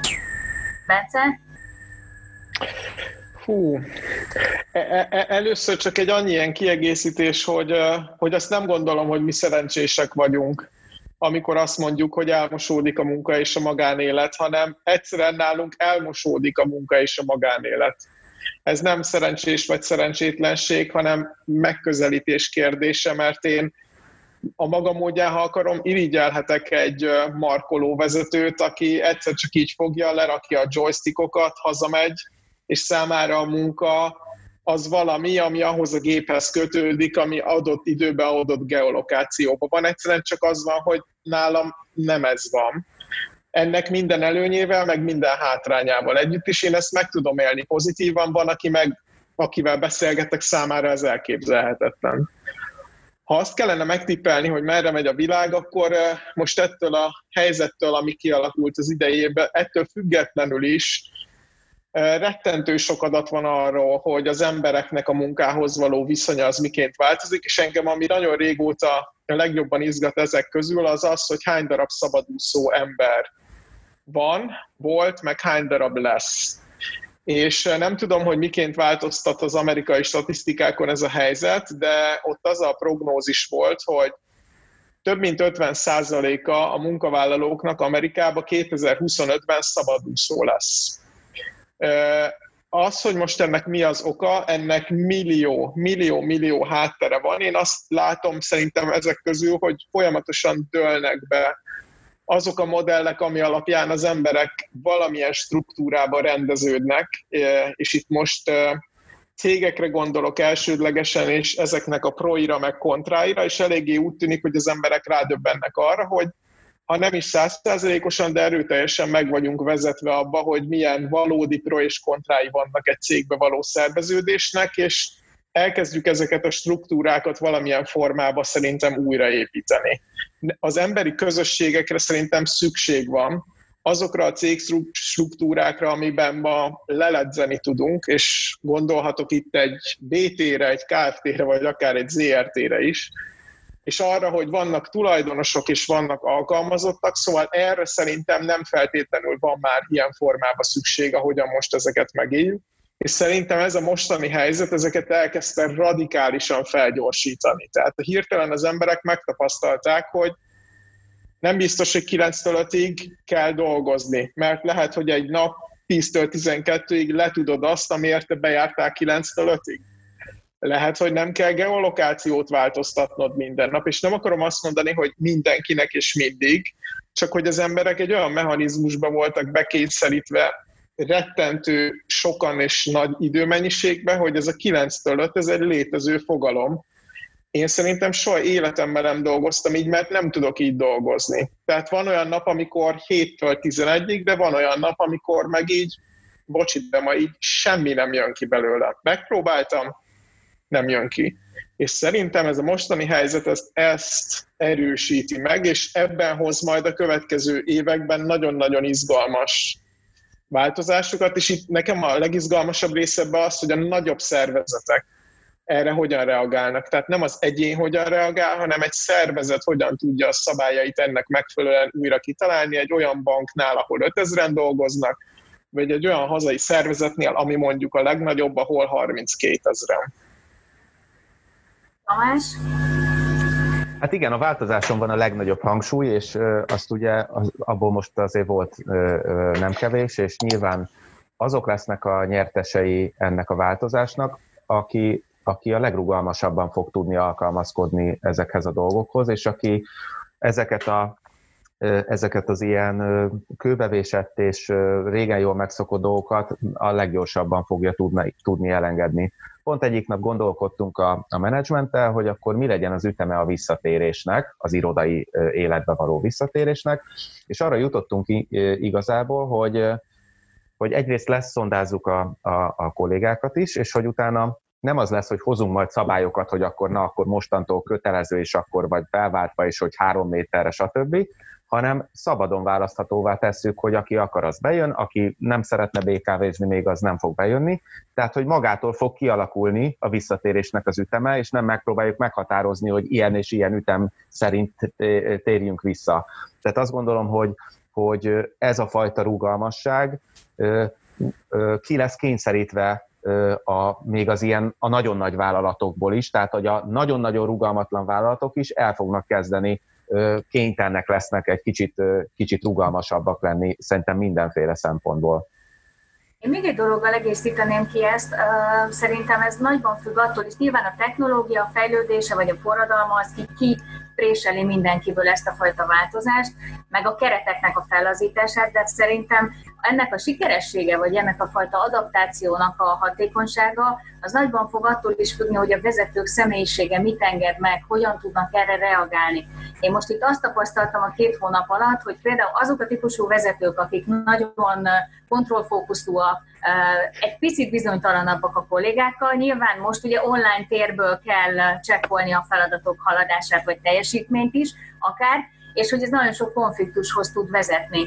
Bence? Hú, először csak egy annyi ilyen kiegészítés, hogy, hogy azt nem gondolom, hogy mi szerencsések vagyunk, amikor azt mondjuk, hogy elmosódik a munka és a magánélet, hanem egyszerűen nálunk elmosódik a munka és a magánélet. Ez nem szerencsés vagy szerencsétlenség, hanem megközelítés kérdése, mert én a maga módján, ha akarom, irigyelhetek egy markolóvezetőt, aki egyszer csak így fogja, lerakja a joystickokat, hazamegy, és számára a munka az valami, ami ahhoz a géphez kötődik, ami adott időben, adott geolokációban van. Egyszerűen csak az van, hogy nálam nem ez van. Ennek minden előnyével, meg minden hátrányával együtt is én ezt meg tudom élni pozitívan, van, aki meg, akivel beszélgetek, számára ez elképzelhetetlen. Ha azt kellene megtippelni, hogy merre megy a világ, akkor most ettől a helyzettől, ami kialakult az idejében, ettől függetlenül is rettentő sok adat van arról, hogy az embereknek a munkához való viszonya az miként változik, és engem, ami nagyon régóta a legjobban izgat ezek közül, az az, hogy hány darab szabadúszó ember van, volt, meg hány darab lesz. És nem tudom, hogy miként változtat az amerikai statisztikákon ez a helyzet, de ott az a prognózis volt, hogy több mint ötven százaléka a munkavállalóknak Amerikában kétezer-huszonötben szabadúszó lesz. Az, hogy most ennek mi az oka, ennek millió, millió, millió háttere van. Én azt látom szerintem ezek közül, hogy folyamatosan dőlnek be azok a modellek, ami alapján az emberek valamilyen struktúrába rendeződnek, és itt most cégekre gondolok elsődlegesen, és ezeknek a proira meg kontráira, és eléggé úgy tűnik, hogy az emberek rádöbbennek arra, hogy ha nem is száz százalékosan, de erőteljesen meg vagyunk vezetve abba, hogy milyen valódi pro és kontrái vannak egy cégbe való szerveződésnek, és elkezdjük ezeket a struktúrákat valamilyen formába szerintem újraépíteni. Az emberi közösségekre szerintem szükség van, azokra a cégstruktúrákra, amiben ma leledzeni tudunk, és gondolhatok itt egy bé té-re, egy ká ef té-re, vagy akár egy zé er té-re is, és arra, hogy vannak tulajdonosok és vannak alkalmazottak, szóval erre szerintem nem feltétlenül van már ilyen formában szükség, ahogyan most ezeket megéljük, és szerintem ez a mostani helyzet ezeket elkezdte radikálisan felgyorsítani. Tehát hirtelen az emberek megtapasztalták, hogy nem biztos, hogy kilenctől ötig kell dolgozni, mert lehet, hogy egy nap tíztől tizenkettőig letudod azt, amiért te bejártál kilenctől ötig. Lehet, hogy nem kell geolokációt változtatnod minden nap, és nem akarom azt mondani, hogy mindenkinek és mindig, csak hogy az emberek egy olyan mechanizmusba voltak bekényszerítve, rettentő sokan és nagy időmennyiségben, hogy ez a kilenctől öt, ez egy létező fogalom. Én szerintem soha életemben nem dolgoztam így, mert nem tudok így dolgozni. Tehát van olyan nap, amikor héttől tizenegyig, de van olyan nap, amikor meg így, bocsit, de ma így semmi nem jön ki belőle. Megpróbáltam, nem jön ki. És szerintem ez a mostani helyzet ezt, ezt erősíti meg, és ebben hoz majd a következő években nagyon-nagyon izgalmas változásokat, és itt nekem a legizgalmasabb része ebben az, hogy a nagyobb szervezetek erre hogyan reagálnak. Tehát nem az egyén hogyan reagál, hanem egy szervezet hogyan tudja a szabályait ennek megfelelően újra kitalálni egy olyan banknál, ahol ötezren dolgoznak, vagy egy olyan hazai szervezetnél, ami mondjuk a legnagyobb, ahol harminckétezren. Tamás? Hát igen, a változáson van a legnagyobb hangsúly, és azt ugye abból most azért volt nem kevés, és nyilván azok lesznek a nyertesei ennek a változásnak, aki, aki a legrugalmasabban fog tudni alkalmazkodni ezekhez a dolgokhoz, és aki ezeket, a, ezeket az ilyen kőbevésett és régen jól megszokott dolgokat a leggyorsabban fogja tudni, tudni elengedni. Pont egyik nap gondolkodtunk a, a menedzsmenttel, hogy akkor mi legyen az üteme a visszatérésnek, az irodai életbe való visszatérésnek, és arra jutottunk igazából, hogy, hogy egyrészt leszondázzuk a, a, a kollégákat is, és hogy utána nem az lesz, hogy hozunk majd szabályokat, hogy akkor na, akkor mostantól kötelező, és akkor vagy felváltva, és hogy három méterre, stb., hanem szabadon választhatóvá tesszük, hogy aki akar, az bejön, aki nem szeretne bé ká-vézni, még az nem fog bejönni. Tehát, hogy magától fog kialakulni a visszatérésnek az üteme, és nem megpróbáljuk meghatározni, hogy ilyen és ilyen ütem szerint térjünk vissza. Tehát azt gondolom, hogy, hogy ez a fajta rugalmasság ki lesz kényszerítve a, még az ilyen a nagyon nagy vállalatokból is, tehát hogy a nagyon-nagyon rugalmatlan vállalatok is el fognak kezdeni, kénytelenek lesznek egy kicsit, kicsit rugalmasabbak lenni, szerintem mindenféle szempontból. Én még egy dologgal egészíteném ki ezt, szerintem ez nagyban függ attól, és nyilván a technológia fejlődése, vagy a forradalma az ki, ki préseli mindenkiből ezt a fajta változást, meg a kereteknek a fellazítását, de szerintem ennek a sikeressége, vagy ennek a fajta adaptációnak a hatékonysága, az nagyban fog attól is függni, hogy a vezetők személyisége mit enged meg, hogyan tudnak erre reagálni. Én most itt azt tapasztaltam a két hónap alatt, hogy például azok a típusú vezetők, akik nagyon kontrollfókuszúak, egy picit bizonytalanabbak a kollégákkal, nyilván most ugye online térből kell csekkolni a feladatok haladását vagy teljesítményt is, akár, és hogy ez nagyon sok konfliktushoz tud vezetni.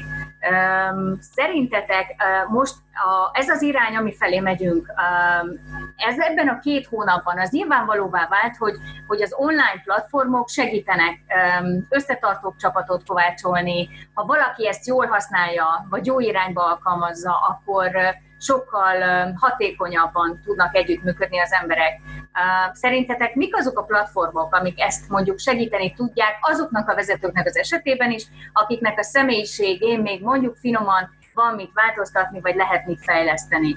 Szerintetek most ez az irány, ami felé megyünk, ez ebben a két hónapban az nyilvánvalóvá vált, hogy, hogy az online platformok segítenek összetartó csapatot kovácsolni. Ha valaki ezt jól használja, vagy jó irányba alkalmazza, akkor sokkal hatékonyabban tudnak együttműködni az emberek. Szerintetek mik azok a platformok, amik ezt mondjuk segíteni tudják azoknak a vezetőknek az esetében is, akiknek a személyiségén még mondjuk finoman van mit változtatni, vagy lehet mit fejleszteni?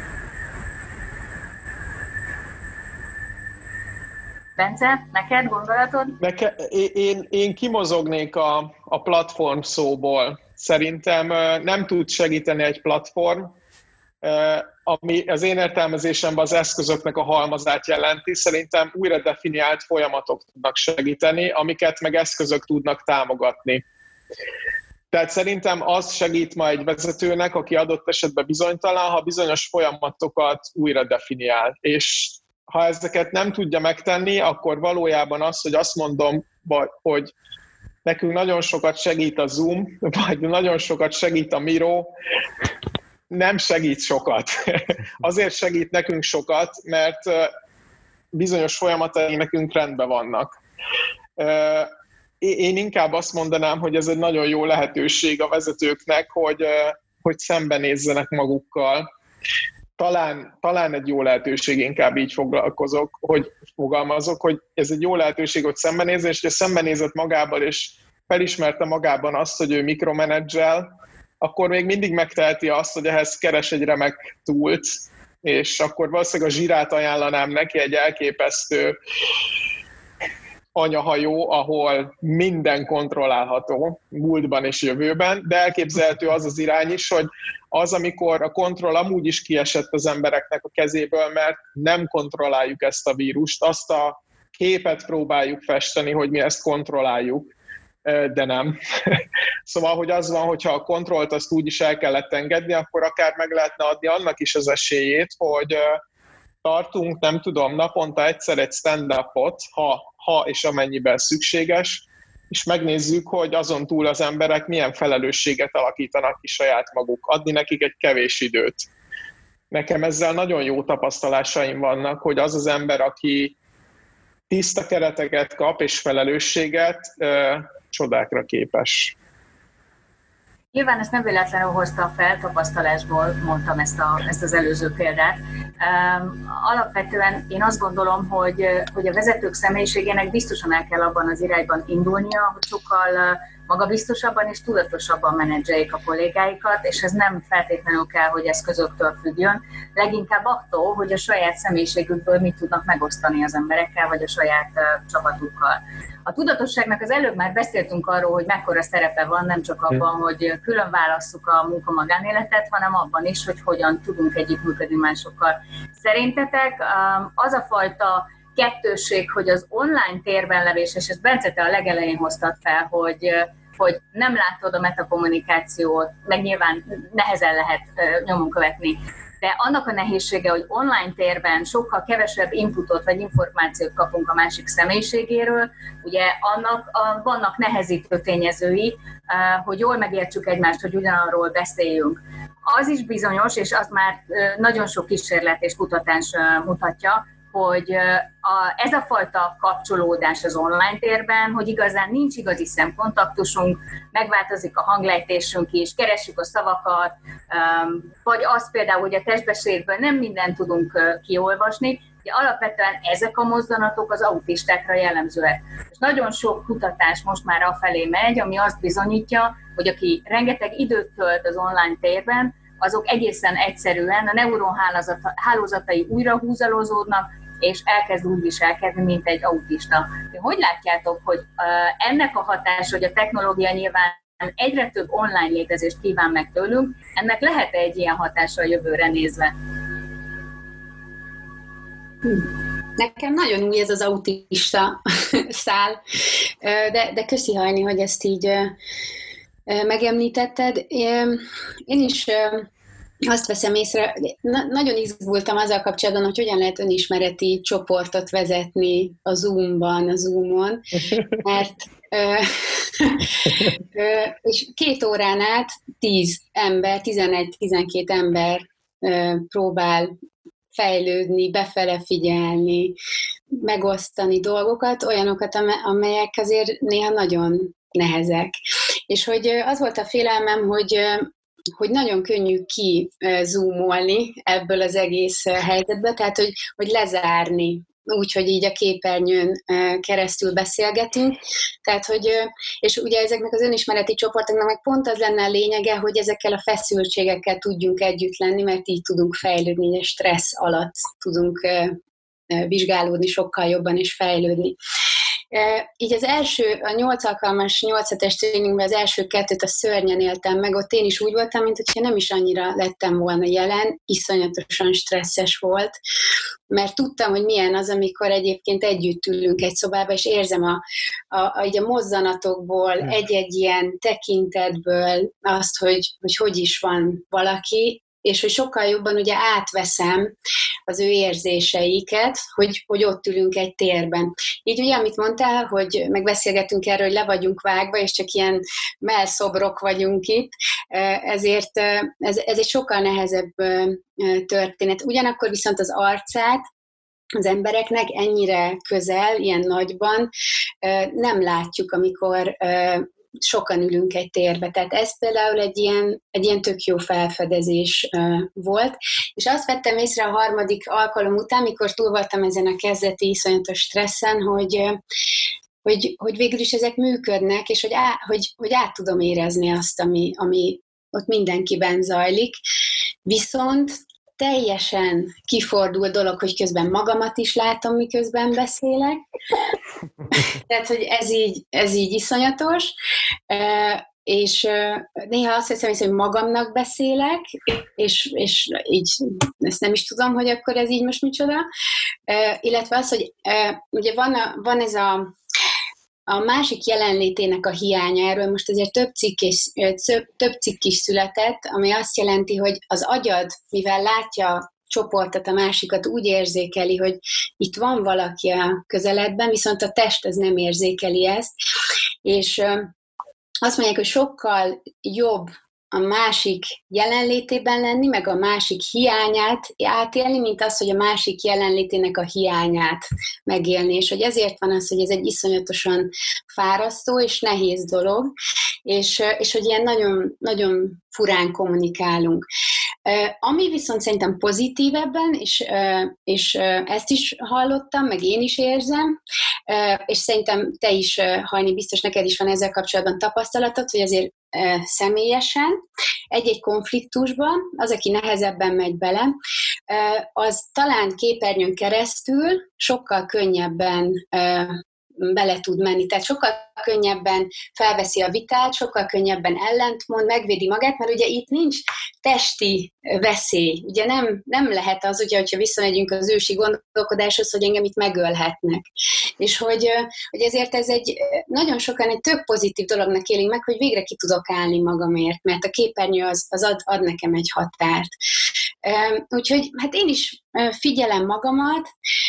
Bence, neked gondolatod? Neke, én, én kimozognék a, a platform szóból. Szerintem nem tud segíteni egy platform, ami az én értelmezésemben az eszközöknek a halmazát jelenti. Szerintem újra definiált folyamatok tudnak segíteni, amiket meg eszközök tudnak támogatni. Tehát szerintem az segít majd egy vezetőnek, aki adott esetben bizonytalan, ha bizonyos folyamatokat újra definiál. És ha ezeket nem tudja megtenni, akkor valójában az, hogy azt mondom, hogy nekünk nagyon sokat segít a Zoom, vagy nagyon sokat segít a Miro, nem segít sokat. Azért segít nekünk sokat, mert bizonyos folyamatai nekünk rendben vannak. Én inkább azt mondanám, hogy ez egy nagyon jó lehetőség a vezetőknek, hogy, hogy szembenézzenek magukkal. Talán, talán egy jó lehetőség, inkább így foglalkozok, hogy fogalmazok, hogy ez egy jó lehetőség, hogy szembenézzen, és ha szembenézett magával, és felismerte magában azt, hogy ő mikromenedzsel, akkor még mindig megteheti azt, hogy ehhez keres egy remek túlt, és akkor valószínűleg a Zsirát ajánlanám neki, egy elképesztő anyahajó, ahol minden kontrollálható múltban és jövőben, de elképzelhető az az irány is, hogy az, amikor a kontroll amúgy is kiesett az embereknek a kezéből, mert nem kontrolláljuk ezt a vírust, azt a képet próbáljuk festeni, hogy mi ezt kontrolláljuk, de nem. Szóval, hogy az van, hogyha a kontrollt azt úgy is el kellett engedni, akkor akár meg lehetne adni annak is az esélyét, hogy tartunk, nem tudom, naponta egyszer egy stand-upot, ha, ha és amennyiben szükséges, és megnézzük, hogy azon túl az emberek milyen felelősséget alakítanak ki saját maguk. Adni nekik egy kevés időt. Nekem ezzel nagyon jó tapasztalásaim vannak, hogy az az ember, aki tiszta kereteket kap és felelősséget, csodákra képes. Nyilván ezt nem véletlenül hozta fel, tapasztalásból mondtam ezt, a, ezt az előző példát. Um, alapvetően én azt gondolom, hogy, hogy a vezetők személyiségének biztosan el kell abban az irányban indulnia, hogy sokkal magabiztosabban és tudatosabban menedzseljék a kollégáikat, és ez nem feltétlenül kell, hogy eszközöktől függjön, leginkább attól, hogy a saját személyiségükből mit tudnak megosztani az emberekkel, vagy a saját uh, csapatukkal. A tudatosságnak az előbb már beszéltünk arról, hogy mekkora szerepe van, nem csak abban, hogy külön válasszuk a munka-magánéletet, hanem abban is, hogy hogyan tudunk együttműködni másokkal. Szerintetek az a fajta kettősség, hogy az online térben levés, és ezt Bence, te a legelején hoztad fel, hogy, hogy nem látod a metakommunikációt, meg nyilván nehezen lehet nyomon követni, de annak a nehézsége, hogy online térben sokkal kevesebb inputot vagy információt kapunk a másik személyiségéről, ugye annak a, vannak nehezítő tényezői, hogy jól megértsük egymást, hogy ugyanarról beszéljünk. Az is bizonyos, és az már nagyon sok kísérlet és kutatás mutatja, hogy a, ez a fajta kapcsolódás az online térben, hogy igazán nincs igazi szemkontaktusunk, megváltozik a hanglejtésünk is, keressük a szavakat, vagy az például, hogy a testbeszédből nem mindent tudunk kiolvasni, de alapvetően ezek a mozdulatok az autistákra jellemzőek. És nagyon sok kutatás most már afelé megy, ami azt bizonyítja, hogy aki rengeteg időt tölt az online térben, azok egészen egyszerűen a neuronhálózatai újra húzalozódnak, és elkezd úgy viselkedni, mint egy autista. Hogy látjátok, hogy ennek a hatása, hogy a technológia nyilván egyre több online létezést kíván meg tőlünk, ennek lehet-e egy ilyen hatása a jövőre nézve? Nekem nagyon új ez az autista szál, de, de köszi, Hajni, hogy ezt így megemlítetted. Én is azt veszem észre, na, nagyon izgultam azzal kapcsolatban, hogy hogyan lehet önismereti csoportot vezetni a Zoom-ban, a Zoom-on, mert ö, ö, és két órán át tíz ember, tizenegy-tizenkét ember ö, próbál fejlődni, befele figyelni, megosztani dolgokat, olyanokat, amelyek azért néha nagyon nehezek. És hogy az volt a félelmem, hogy hogy nagyon könnyű ki-zoomolni ebből az egész helyzetből, tehát hogy, hogy lezárni, úgyhogy így a képernyőn keresztül beszélgetünk. Tehát, hogy, és ugye ezeknek az önismereti csoportoknak meg pont az lenne a lényege, hogy ezekkel a feszültségekkel tudjunk együtt lenni, mert így tudunk fejlődni, és stressz alatt tudunk vizsgálódni sokkal jobban és fejlődni. Így az első, a nyolc alkalmas, nyolc hetes tréningben az első kettőt a szörnyen éltem meg, ott én is úgy voltam, mint hogyha nem is annyira lettem volna jelen, iszonyatosan stresszes volt, mert tudtam, hogy milyen az, amikor egyébként együtt ülünk egy szobába, és érzem a, a, a, a mozzanatokból, egy-egy ilyen tekintetből azt, hogy, hogy hogy is van valaki, és hogy sokkal jobban ugye átveszem az ő érzéseiket, hogy, hogy ott ülünk egy térben. Így ugye, amit mondtál, hogy megbeszélgetünk erről, hogy le vagyunk vágva, és csak ilyen mellszobrok vagyunk itt, ezért ez, ez egy sokkal nehezebb történet. Ugyanakkor viszont az arcát az embereknek ennyire közel, ilyen nagyban nem látjuk, amikor sokan ülünk egy térbe. Tehát ez például egy ilyen, egy ilyen tök jó felfedezés uh, volt. És azt vettem észre a harmadik alkalom után, mikor túl voltam ezen a kezdeti iszonyatos stresszen, hogy, uh, hogy, hogy végül is ezek működnek, és hogy, á, hogy, hogy át tudom érezni azt, ami, ami ott mindenkiben zajlik. Viszont teljesen kifordul dolog, hogy közben magamat is látom, miközben beszélek. Tehát, hogy ez így, ez így iszonyatos. És néha azt hiszem, hogy magamnak beszélek, és, és így ezt nem is tudom, hogy akkor ez így most micsoda. Illetve az, hogy ugye van, a, van ez a A másik jelenlétének a hiánya, erről most azért több cikk, is, több cikk is született, ami azt jelenti, hogy az agyad, mivel látja a csoportot, a másikat, úgy érzékeli, hogy itt van valaki a közeledben, viszont a test az nem érzékeli ezt, és azt mondják, hogy sokkal jobb a másik jelenlétében lenni, meg a másik hiányát átélni, mint az, hogy a másik jelenlétének a hiányát megélni. És hogy ezért van az, hogy ez egy iszonyatosan fárasztó és nehéz dolog, és, és hogy ilyen nagyon, nagyon furán kommunikálunk. Ami viszont szerintem pozitív ebben, és, és ezt is hallottam, meg én is érzem, és szerintem te is, Hajni, biztos neked is van ezzel kapcsolatban tapasztalatod, hogy azért személyesen egy-egy konfliktusban, az, aki nehezebben megy bele, az talán képernyőn keresztül sokkal könnyebben bele tud menni. Tehát sokkal könnyebben felveszi a vitát, sokkal könnyebben ellentmond, megvédi magát, mert ugye itt nincs testi veszély. Ugye nem, nem lehet az, ugye, hogyha visszamegyünk az ősi gondolkodáshoz, hogy engem itt megölhetnek. És hogy, hogy ezért ez egy, nagyon sokan egy tök pozitív dolognak élik meg, hogy végre ki tudok állni magamért, mert a képernyő az, az ad, ad nekem egy határt. Úgyhogy hát én is figyelem magamat,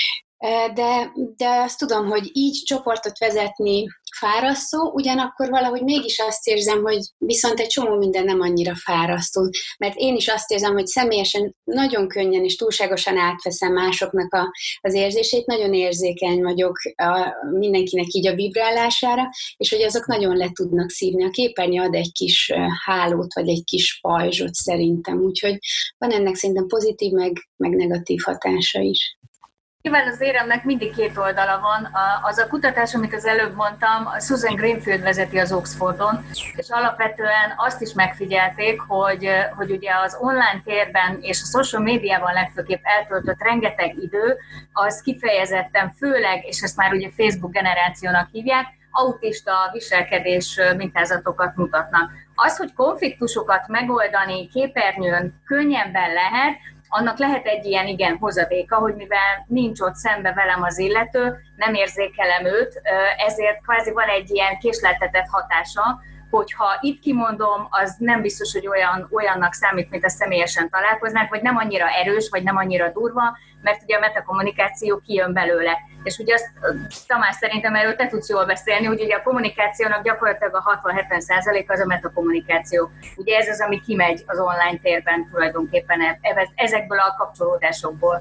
De, de azt tudom, hogy így csoportot vezetni fárasztó, ugyanakkor valahogy mégis azt érzem, hogy viszont egy csomó minden nem annyira fárasztó. Mert én is azt érzem, hogy személyesen nagyon könnyen és túlságosan átveszem másoknak a, az érzését, nagyon érzékeny vagyok a, mindenkinek így a vibrálására, és hogy azok nagyon le tudnak szívni. A képernyő ad egy kis hálót, vagy egy kis pajzsot szerintem. Úgyhogy van ennek szerintem pozitív, meg, meg negatív hatása is. Mivel az éremnek mindig két oldala van, az a kutatás, amit az előbb mondtam, Susan Greenfield vezeti az Oxfordon, és alapvetően azt is megfigyelték, hogy, hogy ugye az online térben és a social médiában legfőképp eltöltött rengeteg idő, az kifejezetten főleg, és ezt már ugye Facebook generációnak hívják, autista viselkedés mintázatokat mutatnak. Az, hogy konfliktusokat megoldani képernyőn könnyebben lehet, annak lehet egy ilyen igen hozadéka, hogy mivel nincs ott szembe velem az illető, nem érzékelem őt, ezért kvázi van egy ilyen késleltetett hatása, hogyha itt kimondom, az nem biztos, hogy olyan, olyannak számít, mint a személyesen találkoznánk, vagy nem annyira erős, vagy nem annyira durva, mert ugye a metakommunikáció kijön belőle. És ugye azt, Tamás, szerintem erről te tudsz jól beszélni, hogy ugye a kommunikációnak gyakorlatilag a hatvan-hetven százalék az a metakommunikáció. Ugye ez az, ami kimegy az online térben tulajdonképpen ezekből a kapcsolódásokból.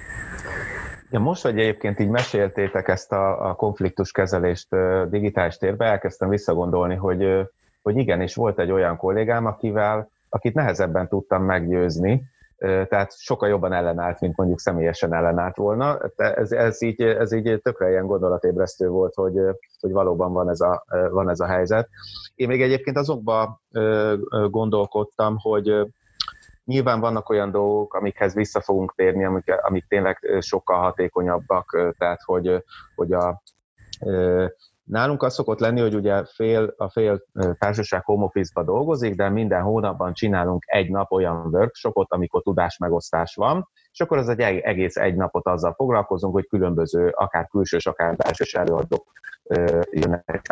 Ja, most, hogy egyébként így meséltétek ezt a, a konfliktuskezelést digitális térbe, elkezdtem visszagondolni, hogy, hogy igen, és volt egy olyan kollégám, akivel akit nehezebben tudtam meggyőzni, tehát sokkal jobban ellenállt, mint mondjuk személyesen ellenállt volna. Ez, ez, így, ez így tökre ilyen gondolatébresztő volt, hogy, hogy valóban van ez, a, van ez a helyzet. Én még egyébként azokban gondolkodtam, hogy nyilván vannak olyan dolgok, amikhez vissza fogunk térni, amik, amik tényleg sokkal hatékonyabbak, tehát hogy, hogy a nálunk az szokott lenni, hogy ugye fél, a fél társaság home office-ba dolgozik, de minden hónapban csinálunk egy nap olyan workshopot, amikor tudásmegosztás van, és akkor az egy egész egy napot azzal foglalkozunk, hogy különböző, akár külsős, akár belsős előadók jönnek.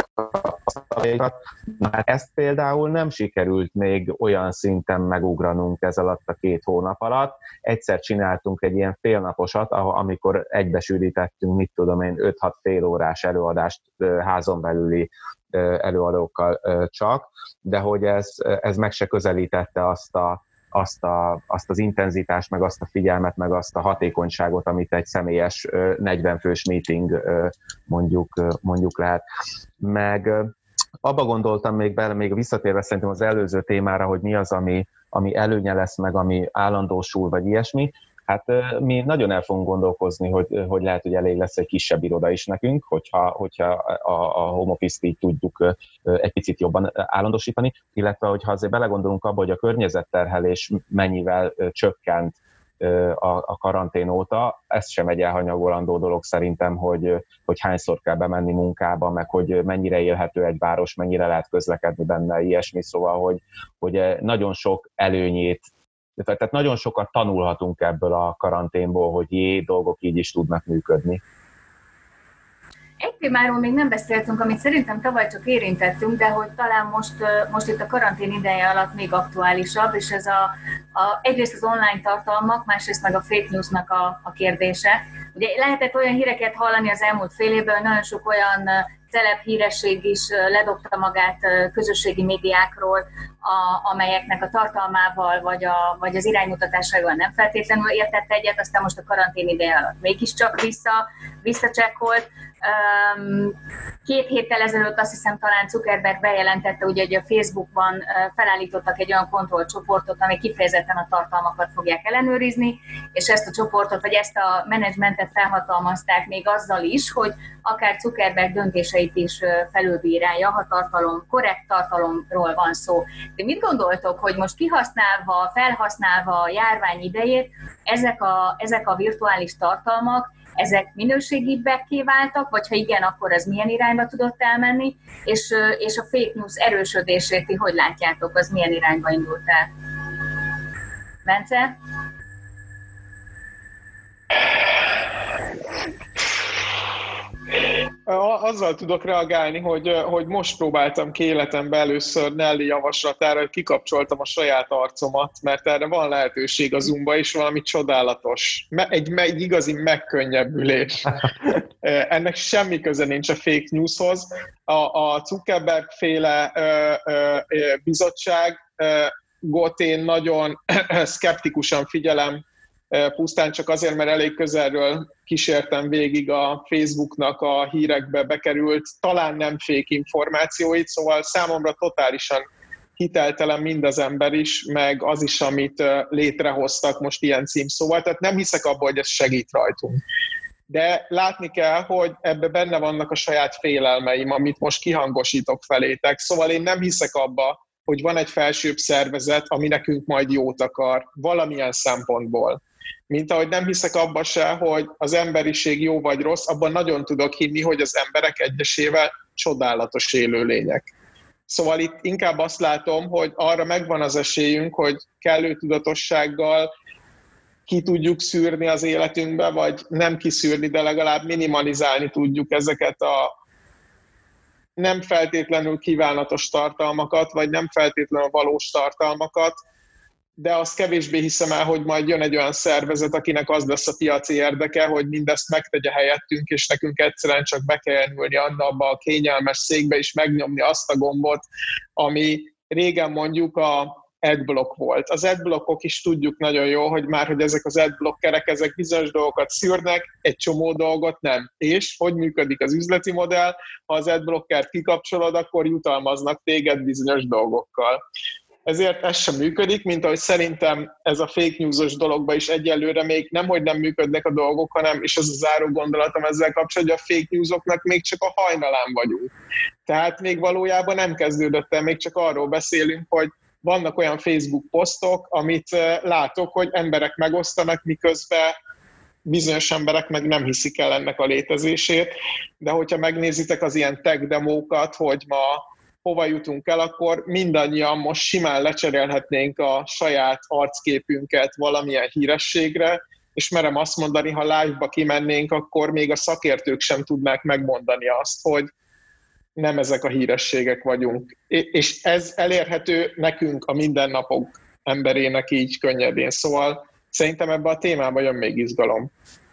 Már ezt például nem sikerült még olyan szinten megugranunk ez alatt a két hónap alatt. Egyszer csináltunk egy ilyen félnaposat, amikor egybesűrítettünk, mit tudom én, öt-hat fél órás előadást házon belüli előadókkal csak, de hogy ez, ez meg se közelítette azt a Azt, a, azt az intenzitást, meg azt a figyelmet, meg azt a hatékonyságot, amit egy személyes negyven fős meeting mondjuk, mondjuk lehet. Meg abba gondoltam még bele, még visszatérve szerintem az előző témára, hogy mi az, ami, ami előnye lesz, meg ami állandósul, vagy ilyesmi. Hát mi nagyon el fogunk gondolkozni, hogy, hogy lehet, hogy elég lesz egy kisebb iroda is nekünk, hogyha, hogyha a, a home office-t így tudjuk egy picit jobban állandósítani, illetve hogyha azért belegondolunk abba, hogy a környezetterhelés mennyivel csökkent a, a karantén óta, ez sem egy elhanyagolandó dolog szerintem, hogy, hogy hányszor kell bemenni munkába, meg hogy mennyire élhető egy város, mennyire lehet közlekedni benne, ilyesmi, szóval, hogy, hogy nagyon sok előnyét, tehát nagyon sokat tanulhatunk ebből a karanténból, hogy jé, dolgok így is tudnak működni. Egy témáról még nem beszéltünk, amit szerintem tavaly csak érintettünk, de hogy talán most, most itt a karantén ideje alatt még aktuálisabb, és ez a, a, egyrészt az online tartalmak, másrészt meg a fake newsnak a, a kérdése. Ugye lehetett olyan híreket hallani az elmúlt fél évben, hogy nagyon sok olyan celeb híresség is ledobta magát közösségi médiákról, a, amelyeknek a tartalmával vagy, a, vagy az iránymutatásaival nem feltétlenül értett egyet, aztán most a karantén ideje alatt mégiscsak vissza, visszacsekkolt. Két héttel ezelőtt azt hiszem talán Zuckerberg bejelentette, ugye, hogy a Facebookban felállítottak egy olyan kontrollcsoportot, ami kifejezetten a tartalmakat fogják ellenőrizni, és ezt a csoportot, vagy ezt a menedzsmentet felhatalmazták még azzal is, hogy akár Zuckerberg döntéseit is felülbírálja, ha tartalom, korrekt tartalomról van szó. De mit gondoltok, hogy most kihasználva, felhasználva a járvány idejét, ezek a, ezek a virtuális tartalmak, ezek minőségibbekké váltak, vagy ha igen, akkor ez milyen irányba tudott elmenni, és, és a fake news erősödését ti hogy látjátok, az milyen irányba indult el? Bence? Azzal tudok reagálni, hogy, hogy most próbáltam ki életembe először Nelly javaslatára, hogy kikapcsoltam a saját arcomat, mert erre van lehetőség a Zoomba, és valami csodálatos. Egy, egy igazi megkönnyebbülés. Ennek semmi köze nincs a fake newshoz. A, a Zuckerberg féle ö, ö, bizottság ö, got én nagyon szkeptikusan figyelem, pusztán csak azért, mert elég közelről kísértem végig a Facebooknak a hírekbe bekerült, talán nem fake információit, szóval számomra totálisan hiteltelen mind az ember is, meg az is, amit létrehoztak most ilyen címszóval, tehát nem hiszek abba, hogy ez segít rajtunk. De látni kell, hogy ebbe benne vannak a saját félelmeim, amit most kihangosítok felétek, szóval én nem hiszek abba, hogy van egy felsőbb szervezet, ami nekünk majd jót akar, valamilyen szempontból. Mint ahogy nem hiszek abba se, hogy az emberiség jó vagy rossz, abban nagyon tudok hinni, hogy az emberek egyesével csodálatos élőlények. Szóval itt inkább azt látom, hogy arra megvan az esélyünk, hogy kellő tudatossággal ki tudjuk szűrni az életünkbe, vagy nem kiszűrni, de legalább minimalizálni tudjuk ezeket a nem feltétlenül kívánatos tartalmakat, vagy nem feltétlenül valós tartalmakat, de azt kevésbé hiszem el, hogy majd jön egy olyan szervezet, akinek az lesz a piaci érdeke, hogy mindezt megtegye helyettünk, és nekünk egyszerűen csak be kell ülni abba a kényelmes székbe, és megnyomni azt a gombot, ami régen mondjuk a adblock volt. Az adblockok is tudjuk nagyon jó, hogy már, hogy ezek az adblockerek, ezek bizonyos dolgokat szűrnek, egy csomó dolgot nem. És hogy működik az üzleti modell? Ha az adblockert kikapcsolod, akkor jutalmaznak téged bizonyos dolgokkal. ezért ez sem működik, mint ahogy szerintem ez a fake news-os dologban is egyelőre még nem, hogy nem működnek a dolgok, hanem, és az a záró gondolatom ezzel kapcsolatban, hogy a fake newsoknak még csak a hajnalán vagyunk. Tehát még valójában nem kezdődött el, még csak arról beszélünk, hogy vannak olyan Facebook posztok, amit látok, hogy emberek megosztanak, miközben bizonyos emberek meg nem hiszik el ennek a létezését, de hogyha megnézitek az ilyen tech demókat, hogy ma hova jutunk el, akkor mindannyian most simán lecserélhetnénk a saját arcképünket valamilyen hírességre, és merem azt mondani, ha live-ba kimennénk, akkor még a szakértők sem tudnák megmondani azt, hogy nem ezek a hírességek vagyunk. És ez elérhető nekünk, a mindennapok emberének így könnyedén. Szóval szerintem ebben a témában jön még izgalom.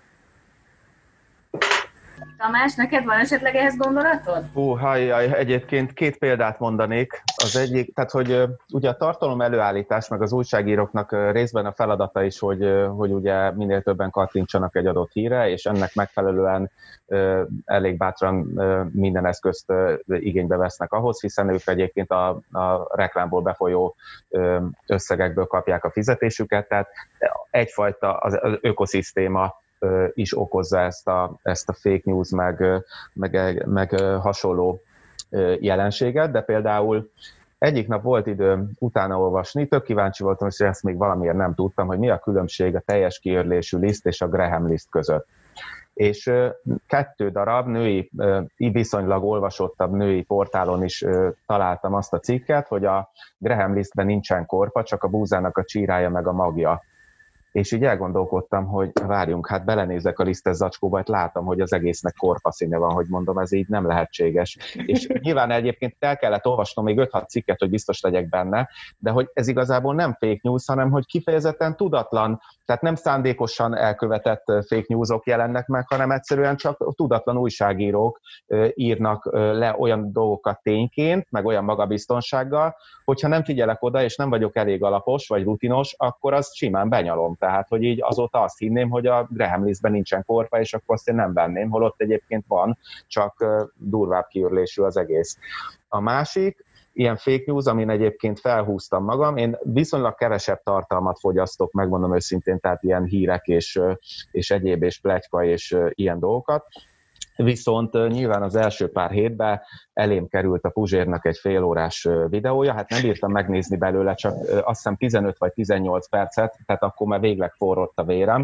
Tamás, neked van esetleg ehhez gondolatod? Hú, hajjaj, egyébként két példát mondanék. Az egyik, tehát hogy ugye a tartalom előállítás, meg az újságíróknak részben a feladata is, hogy, hogy ugye minél többen kattintsanak egy adott hírre, és ennek megfelelően elég bátran minden eszközt igénybe vesznek ahhoz, hiszen ők egyébként a, a reklámból befolyó összegekből kapják a fizetésüket, tehát egyfajta az, az ökoszisztéma is okozza ezt a, ezt a fake news, meg, meg, meg hasonló jelenséget, de például egyik nap volt időm utána olvasni, tök kíváncsi voltam, és ezt még valamiért nem tudtam, hogy mi a különbség a teljes kiörlésű liszt és a Graham liszt között. És kettő darab női, viszonylag olvasottabb női portálon is találtam azt a cikket, hogy a Graham listben nincsen korpa, csak a búzának a csírája meg a magja. És így elgondolkodtam, hogy várjunk, hát belenézek a lisztes zacskóba, hát látom, hogy az egésznek korpaszíne van, hogy mondom, ez így nem lehetséges. És nyilván egyébként el kellett olvasnom még öt-hat cikket, hogy biztos legyek benne, de hogy ez igazából nem fake news, hanem hogy kifejezetten tudatlan, tehát nem szándékosan elkövetett fake newsok jelennek meg, hanem egyszerűen csak tudatlan újságírók írnak le olyan dolgokat tényként, meg olyan magabiztonsággal, hogyha nem figyelek oda, és nem vagyok elég alapos vagy rutinos, akkor az simán benyalom. Tehát, hogy így azóta azt hinném, hogy a Graham listben nincsen korpa, és akkor azt én nem venném, holott egyébként van, csak durvább kiürlésű az egész. A másik, ilyen fake news, amin egyébként felhúztam magam, én viszonylag kevesebb tartalmat fogyasztok, megmondom őszintén, tehát ilyen hírek és, és egyéb és pletyka és ilyen dolgokat, viszont nyilván az első pár hétben elém került a Puzsérnak egy félórás videója, hát nem bírtam megnézni belőle, csak azt hiszem tizenöt vagy tizennyolc percet, tehát akkor már végleg forrott a vérem.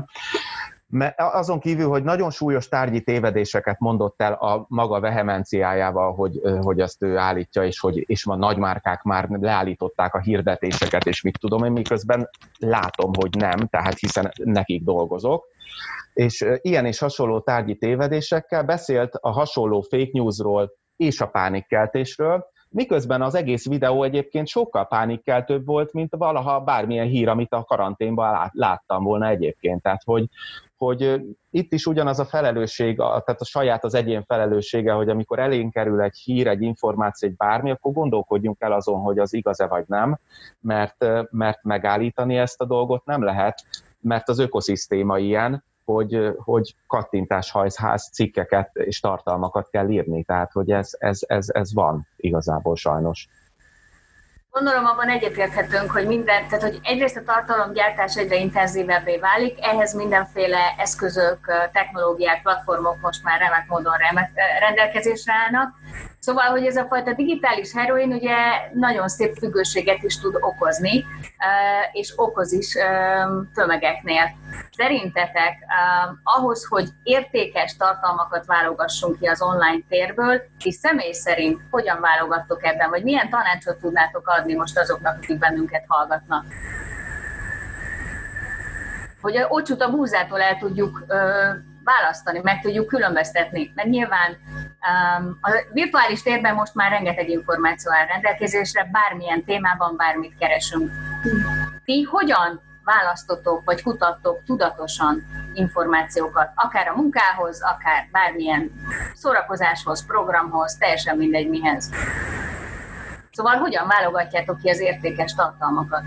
Azon kívül, hogy nagyon súlyos tárgyi tévedéseket mondott el a maga vehemenciájával, hogy, hogy azt ő állítja, és hogy és a nagymárkák már leállították a hirdetéseket, és mit tudom én, miközben látom, hogy nem, tehát hiszen nekik dolgozok. És ilyen és hasonló tárgyi tévedésekkel beszélt a hasonló fake newsról és a pánikkeltésről, miközben az egész videó egyébként sokkal pánikkeltőbb volt, mint valaha bármilyen hír, amit a karanténban láttam volna egyébként. Tehát, hogy, hogy itt is ugyanaz a felelősség, tehát a saját az egyén felelőssége, hogy amikor elénk kerül egy hír, egy információ, egy bármi, akkor gondolkodjunk el azon, hogy az igaz-e vagy nem, mert, mert megállítani ezt a dolgot nem lehet, mert az ökoszisztéma ilyen, hogy, hogy kattintáshajház cikkeket és tartalmakat kell írni, tehát hogy ez, ez, ez, ez van igazából sajnos. Gondolom abban egyetérthetünk, hogy minden, tehát hogy egyrészt a tartalomgyártás egyre intenzívebbé válik, ehhez mindenféle eszközök, technológiák, platformok most már remek módon remek, rendelkezésre állnak. Szóval, hogy ez a fajta digitális heroin ugye nagyon szép függőséget is tud okozni, és okoz is tömegeknél. Szerintetek ahhoz, hogy értékes tartalmakat válogassunk ki az online térből, és személy szerint hogyan válogattok ebben, vagy milyen tanácsot tudnátok adni most azoknak, akik bennünket hallgatnak? Hogy a ócsút a búzától el tudjuk választani, meg tudjuk különböztetni, mert nyilván um, a virtuális térben most már rengeteg információ áll rendelkezésre, bármilyen témában bármit keresünk. Ti hogyan választotok, vagy kutattok tudatosan információkat, akár a munkához, akár bármilyen szórakozáshoz, programhoz, teljesen mindegy mihez. Szóval hogyan válogatjátok ki az értékes tartalmakat?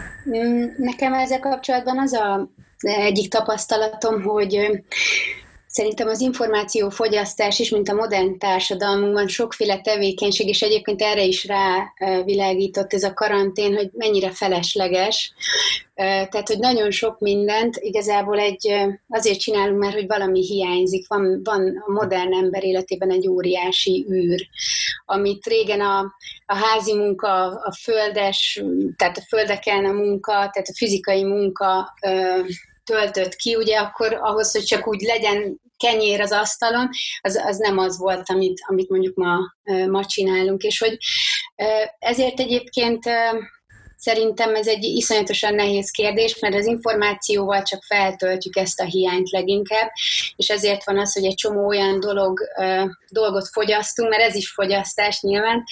Nekem ezzel kapcsolatban az a egyik tapasztalatom, hogy Szerintem az információfogyasztás is, mint a modern társadalmunkban sokféle tevékenység, és egyébként erre is rávilágított ez a karantén, hogy mennyire felesleges. Tehát, hogy nagyon sok mindent igazából egy, azért csinálunk már, hogy valami hiányzik. Van, van a modern ember életében egy óriási űr, amit régen a, a házi munka, a földes, tehát a földeken a munka, tehát a fizikai munka töltött ki, ugye akkor ahhoz, hogy csak úgy legyen kenyér az asztalon, az, az nem az volt, amit, amit mondjuk ma, ma csinálunk, és hogy ezért egyébként szerintem ez egy iszonyatosan nehéz kérdés, mert az információval csak feltöltjük ezt a hiányt leginkább, és ezért van az, hogy egy csomó olyan dolog, dolgot fogyasztunk, mert ez is fogyasztás nyilván,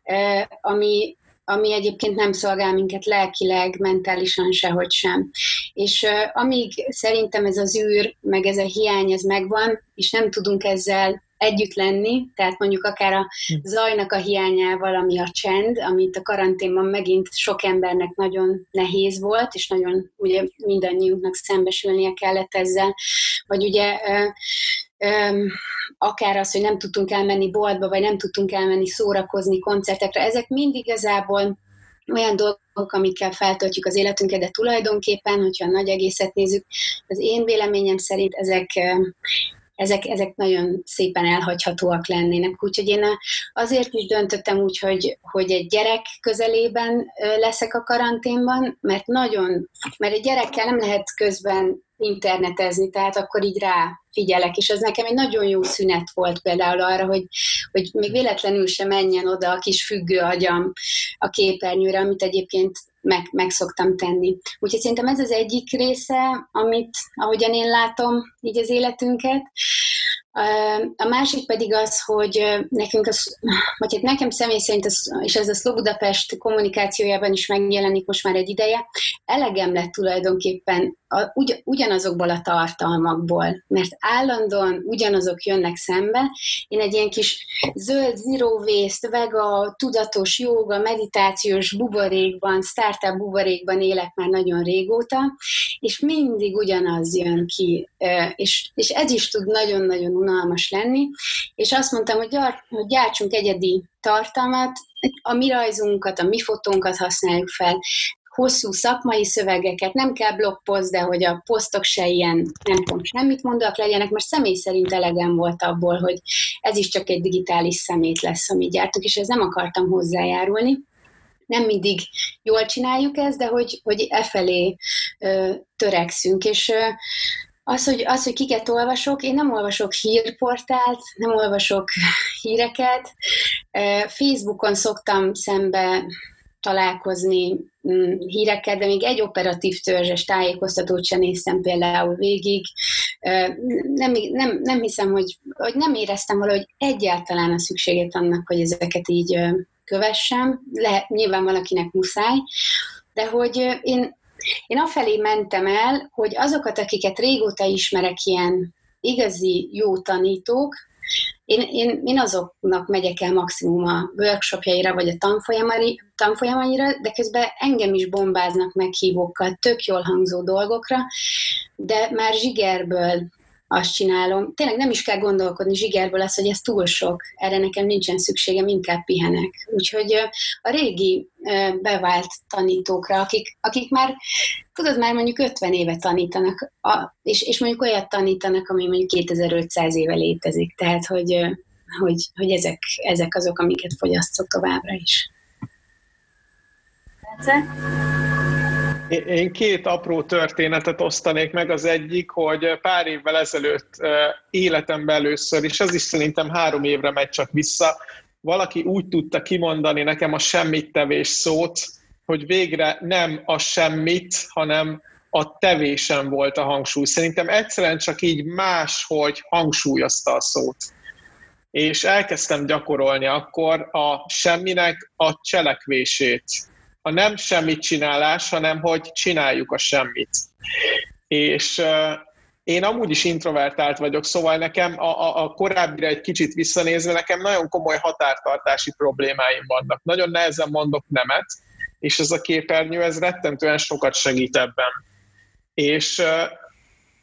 ami ami egyébként nem szolgál minket lelkileg, mentálisan sehogy sem. És uh, amíg szerintem ez az űr, meg ez a hiány, ez megvan, és nem tudunk ezzel együtt lenni, tehát mondjuk akár a zajnak a hiányával, ami a csend, amit a karanténban megint sok embernek nagyon nehéz volt, és nagyon ugye mindannyiunknak szembesülnie kellett ezzel, vagy ugye uh, um, akár az, hogy nem tudtunk elmenni boltba, vagy nem tudtunk elmenni szórakozni, koncertekre, ezek mind igazából olyan dolgok, amikkel feltöltjük az életünket, de tulajdonképpen, hogyha a nagy egészet nézzük, az én véleményem szerint ezek, ezek, ezek nagyon szépen elhagyhatóak lennének. Úgyhogy én azért is döntöttem úgy, hogy, hogy egy gyerek közelében leszek a karanténban, mert nagyon, mert egy gyerekkel nem lehet közben internetezni, tehát akkor így rá figyelek, és az nekem egy nagyon jó szünet volt például arra, hogy, hogy még véletlenül sem menjen oda a kis függő agyam a képernyőre, amit egyébként meg, meg szoktam tenni. Úgyhogy szerintem ez az egyik része, amit, ahogyan én látom így az életünket. A másik pedig az, hogy nekünk, az, vagy hát nekem személy szerint, az, és ez a Slow Budapest kommunikációjában is megjelenik most már egy ideje, elegem lett tulajdonképpen a, ugy, ugyanazokból a tartalmakból, mert állandóan ugyanazok jönnek szembe. Én egy ilyen kis zöld, zero waste, vega, tudatos jóga, meditációs buborékban, startup buborékban élek már nagyon régóta, és mindig ugyanaz jön ki, és, és ez is tud nagyon-nagyon unalmas lenni, és azt mondtam, hogy, gyár, hogy gyártsunk egyedi tartalmat, a mi rajzunkat, a mi fotónkat használjuk fel, hosszú szakmai szövegeket, nem kell blogpost, de hogy a posztok se ilyen nem pont semmit mondóak legyenek, mert személy szerint elegem volt abból, hogy ez is csak egy digitális szemét lesz, amit gyártunk, és ez nem akartam hozzájárulni. Nem mindig jól csináljuk ezt, de hogy, hogy e felé ö, törekszünk, és ö, Az hogy, az, hogy kiket olvasok, én nem olvasok hírportált, nem olvasok híreket. Facebookon szoktam szembe találkozni hírekkel, de még egy operatív törzses tájékoztatót sem néztem például végig. Nem, nem, nem hiszem, hogy, hogy nem éreztem valahogy egyáltalán a szükségét annak, hogy ezeket így kövessem. Lehet, nyilván valakinek muszáj, de hogy én Én afelé mentem el, hogy azokat, akiket régóta ismerek, ilyen igazi jó tanítók, én, én, én azoknak megyek el maximum a workshopjaira, vagy a tanfolyamaira, de közben engem is bombáznak meghívókkal, tök jól hangzó dolgokra, de már zsigerből azt csinálom. Tényleg nem is kell gondolkodni zsigerből az, hogy ez túl sok. Erre nekem nincsen szükségem, inkább pihenek. Úgyhogy a régi bevált tanítókra, akik, akik már, tudod, már mondjuk ötven éve tanítanak, és, és mondjuk olyat tanítanak, ami mondjuk kétezer-ötszáz éve létezik. Tehát, hogy, hogy, hogy ezek, ezek azok, amiket fogyasztok továbbra is. Én két apró történetet osztanék meg. Az egyik, hogy pár évvel ezelőtt életemben először, és ez is szerintem három évre megy csak vissza, valaki úgy tudta kimondani nekem a semmittevés szót, hogy végre nem a semmit, hanem a tevésen volt a hangsúly. Szerintem egyszerűen csak így máshogy hangsúlyozta a szót. És elkezdtem gyakorolni akkor a semminek a cselekvését. A nem semmit csinálás, hanem hogy csináljuk a semmit. És uh, én amúgy is introvertált vagyok, szóval nekem a, a, a korábbira egy kicsit visszanézve, nekem nagyon komoly határtartási problémáim vannak. Nagyon nehezen mondok nemet, és ez a képernyő, ez rettentően sokat segít ebben. És uh,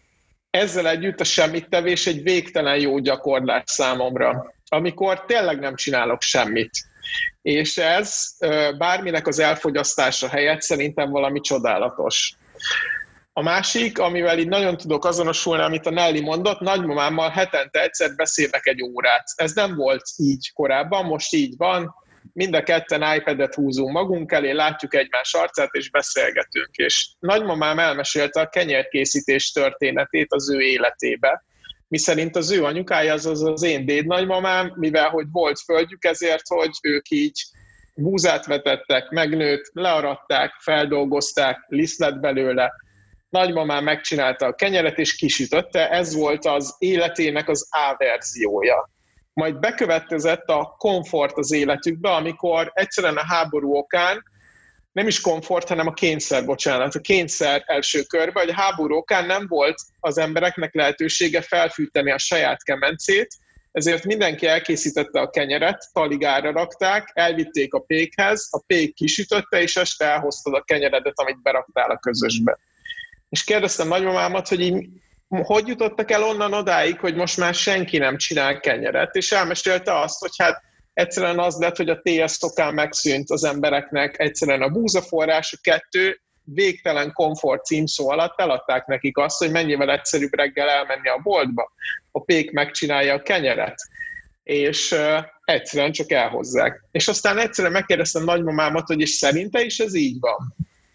ezzel együtt a semmittevés egy végtelen jó gyakorlás számomra, amikor tényleg nem csinálok semmit. És ez bárminek az elfogyasztása helyett szerintem valami csodálatos. A másik, amivel így nagyon tudok azonosulni, amit a Nelly mondott, nagymamámmal hetente egyszer beszélek egy órát. Ez nem volt így korábban, most így van. Mind a ketten iPadet húzunk magunk elé, látjuk egymás arcát és beszélgetünk. És nagymamám elmesélte a kenyérkészítés történetét az ő életébe. Miszerint az ő anyukája az az, az én dédnagymamám, mivel hogy volt földjük, ezért, hogy ők így búzát vetettek, megnőtt, learadták, feldolgozták, liszt lett belőle. Nagymamám megcsinálta a kenyeret és kisütötte, ez volt az életének az A verziója. Majd bekövetkezett a komfort az életükbe, amikor egyszerűen a háború okán, nem is komfort, hanem a kényszer, bocsánat, a kényszer első körben, hogy a háború okán nem volt az embereknek lehetősége felfűteni a saját kemencét, ezért mindenki elkészítette a kenyeret, taligára rakták, elvitték a pékhez, a pék kisütötte, és este elhoztad a kenyeredet, amit beraktál a közösbe. És kérdeztem nagymamámat, hogy így, hogy jutottak el onnan odáig, hogy most már senki nem csinál kenyeret, és elmesélte azt, hogy hát egyszerűen az lett, hogy a té es okán megszűnt az embereknek egyszerűen a búzaforrás, a kettő, végtelen komfort címszó alatt eladták nekik azt, hogy mennyivel egyszerűbb reggel elmenni a boltba. A pék megcsinálja a kenyeret, és uh, egyszerűen csak elhozzák. És aztán egyszerűen megkérdeztem nagymamámat, hogy és szerinte is ez így van.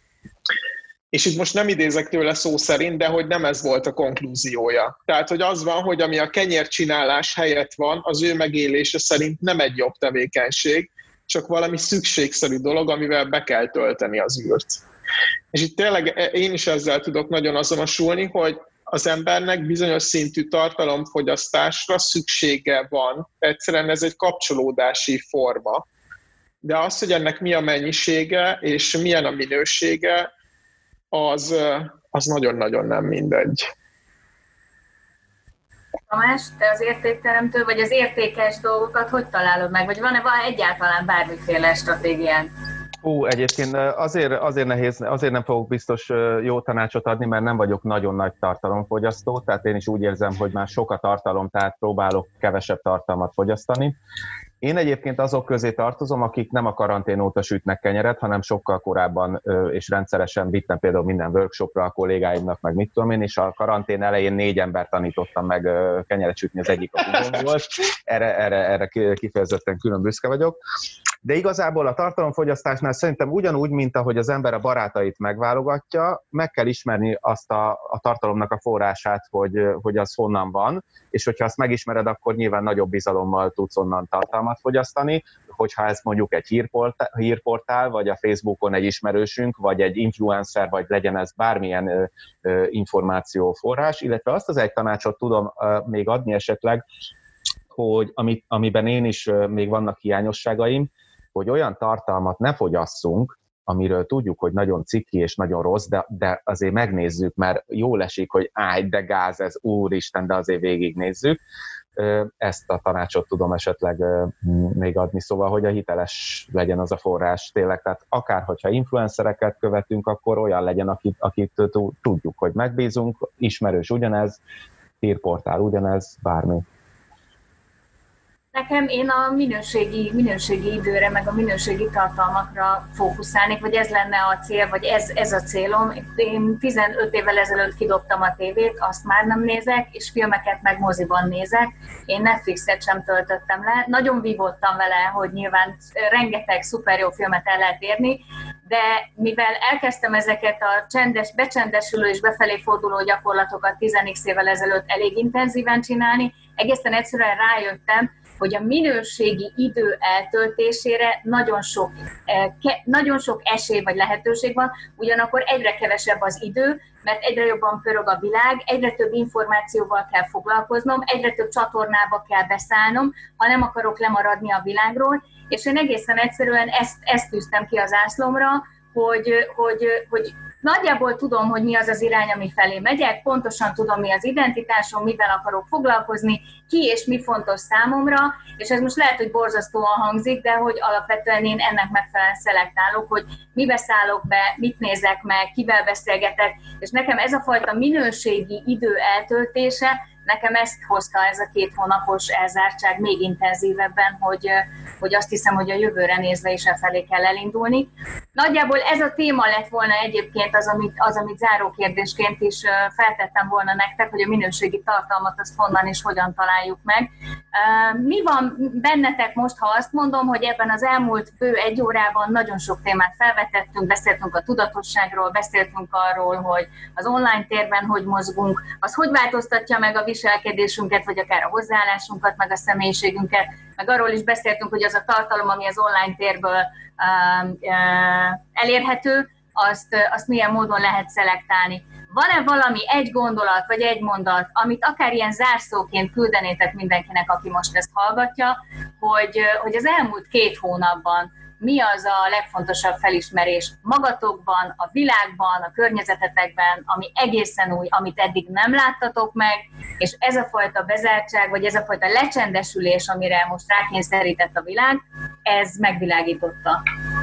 És itt most nem idézek tőle szó szerint, de hogy nem ez volt a konklúziója. Tehát, hogy az van, hogy ami a kenyércsinálás helyett van, az ő megélése szerint nem egy jobb tevékenység, csak valami szükségszerű dolog, amivel be kell tölteni az űrt. És itt tényleg én is ezzel tudok nagyon azonosulni, hogy az embernek bizonyos szintű tartalomfogyasztásra szüksége van. Egyszerűen ez egy kapcsolódási forma. De az, hogy ennek mi a mennyisége és milyen a minősége, az, az nagyon-nagyon nem mindegy. Tamás, te az értékteremtő, vagy az értékes dolgokat hogy találod meg? Vagy van-e van egyáltalán bármiféle stratégián? Ú, egyébként azért, azért nehéz, azért nem fogok biztos jó tanácsot adni, mert nem vagyok nagyon nagy tartalomfogyasztó, tehát én is úgy érzem, hogy már sok a tartalom, tehát próbálok kevesebb tartalmat fogyasztani. Én egyébként azok közé tartozom, akik nem a karantén óta sütnek kenyeret, hanem sokkal korábban és rendszeresen vittem például minden workshopra a kollégáimnak, meg mit tudom én, és a karantén elején négy ember tanítottam meg kenyeret sütni, az egyik a húgom volt. Erre, erre, erre kifejezetten külön büszke vagyok. De igazából a tartalomfogyasztásnál szerintem ugyanúgy, mint ahogy az ember a barátait megválogatja, meg kell ismerni azt a, a tartalomnak a forrását, hogy, hogy az honnan van, és hogyha azt megismered, akkor nyilván nagyobb bizalommal tudsz onnan tartalmat fogyasztani, hogyha ez mondjuk egy hírportál, hírportál, vagy a Facebookon egy ismerősünk, vagy egy influencer, vagy legyen ez bármilyen ö, ö, információforrás, illetve azt az egy tanácsot tudom ö, még adni esetleg, hogy amit, amiben én is ö, még vannak hiányosságaim, hogy olyan tartalmat ne fogyasszunk, amiről tudjuk, hogy nagyon ciki és nagyon rossz, de, de azért megnézzük, mert jól esik, hogy áj, de gáz ez, úristen, de azért végignézzük. Ezt a tanácsot tudom esetleg még adni, szóval, hogy a hiteles legyen az a forrás tényleg. Tehát akár, hogyha influencereket követünk, akkor olyan legyen, akit, akit tudjuk, hogy megbízunk, ismerős ugyanez, hírportál ugyanez, bármi. Nekem én a minőségi, minőségi időre, meg a minőségi tartalmakra fókuszálnék, vagy ez lenne a cél, vagy ez, ez a célom. Én tizenöt évvel ezelőtt kidobtam a tévét, azt már nem nézek, és filmeket meg moziban nézek. Én Netflixet sem töltöttem le. Nagyon vívottam vele, hogy nyilván rengeteg szuper jó filmet el lehet érni, de mivel elkezdtem ezeket a csendes, becsendesülő és befelé forduló gyakorlatokat tíz évvel ezelőtt elég intenzíven csinálni, egészen egyszerűen rájöttem, hogy a minőségi idő eltöltésére nagyon sok, ke, nagyon sok esély vagy lehetőség van, ugyanakkor egyre kevesebb az idő, mert egyre jobban pörög a világ, egyre több információval kell foglalkoznom, egyre több csatornába kell beszállnom, ha nem akarok lemaradni a világról, és én egészen egyszerűen ezt, ezt tűztem ki az zászlómra, hogy, hogy, hogy nagyjából tudom, hogy mi az az irány, ami felé megyek, pontosan tudom, mi az identitásom, mivel akarok foglalkozni, ki és mi fontos számomra, és ez most lehet, hogy borzasztóan hangzik, de hogy alapvetően én ennek megfelelően szelektálok, hogy mibe szállok be, mit nézek meg, kivel beszélgetek, és nekem ez a fajta minőségi idő eltöltése, nekem ezt hozta ez a két hónapos elzártság még intenzívebben, hogy, hogy azt hiszem, hogy a jövőre nézve is e felé kell elindulni. Nagyjából ez a téma lett volna egyébként az, amit, az, amit zárókérdésként is feltettem volna nektek, hogy a minőségi tartalmat azt honnan és hogyan találjuk meg. Mi van bennetek most, ha azt mondom, hogy ebben az elmúlt bő egy órában nagyon sok témát felvetettünk, beszéltünk a tudatosságról, beszéltünk arról, hogy az online térben hogy mozgunk, az hogy változtatja meg a viselkedésünket, vagy akár a hozzáállásunkat, meg a személyiségünket, meg arról is beszéltünk, hogy az a tartalom, ami az online térből uh, uh, elérhető, azt, azt milyen módon lehet szelektálni. Van-e valami egy gondolat, vagy egy mondat, amit akár ilyen zárszóként küldenétek mindenkinek, aki most ezt hallgatja, hogy, hogy az elmúlt két hónapban mi az a legfontosabb felismerés magatokban, a világban, a környezetetekben, ami egészen új, amit eddig nem láttatok meg, és ez a fajta bezártság, vagy ez a fajta lecsendesülés, amire most rákényszerített a világ, ez megvilágította.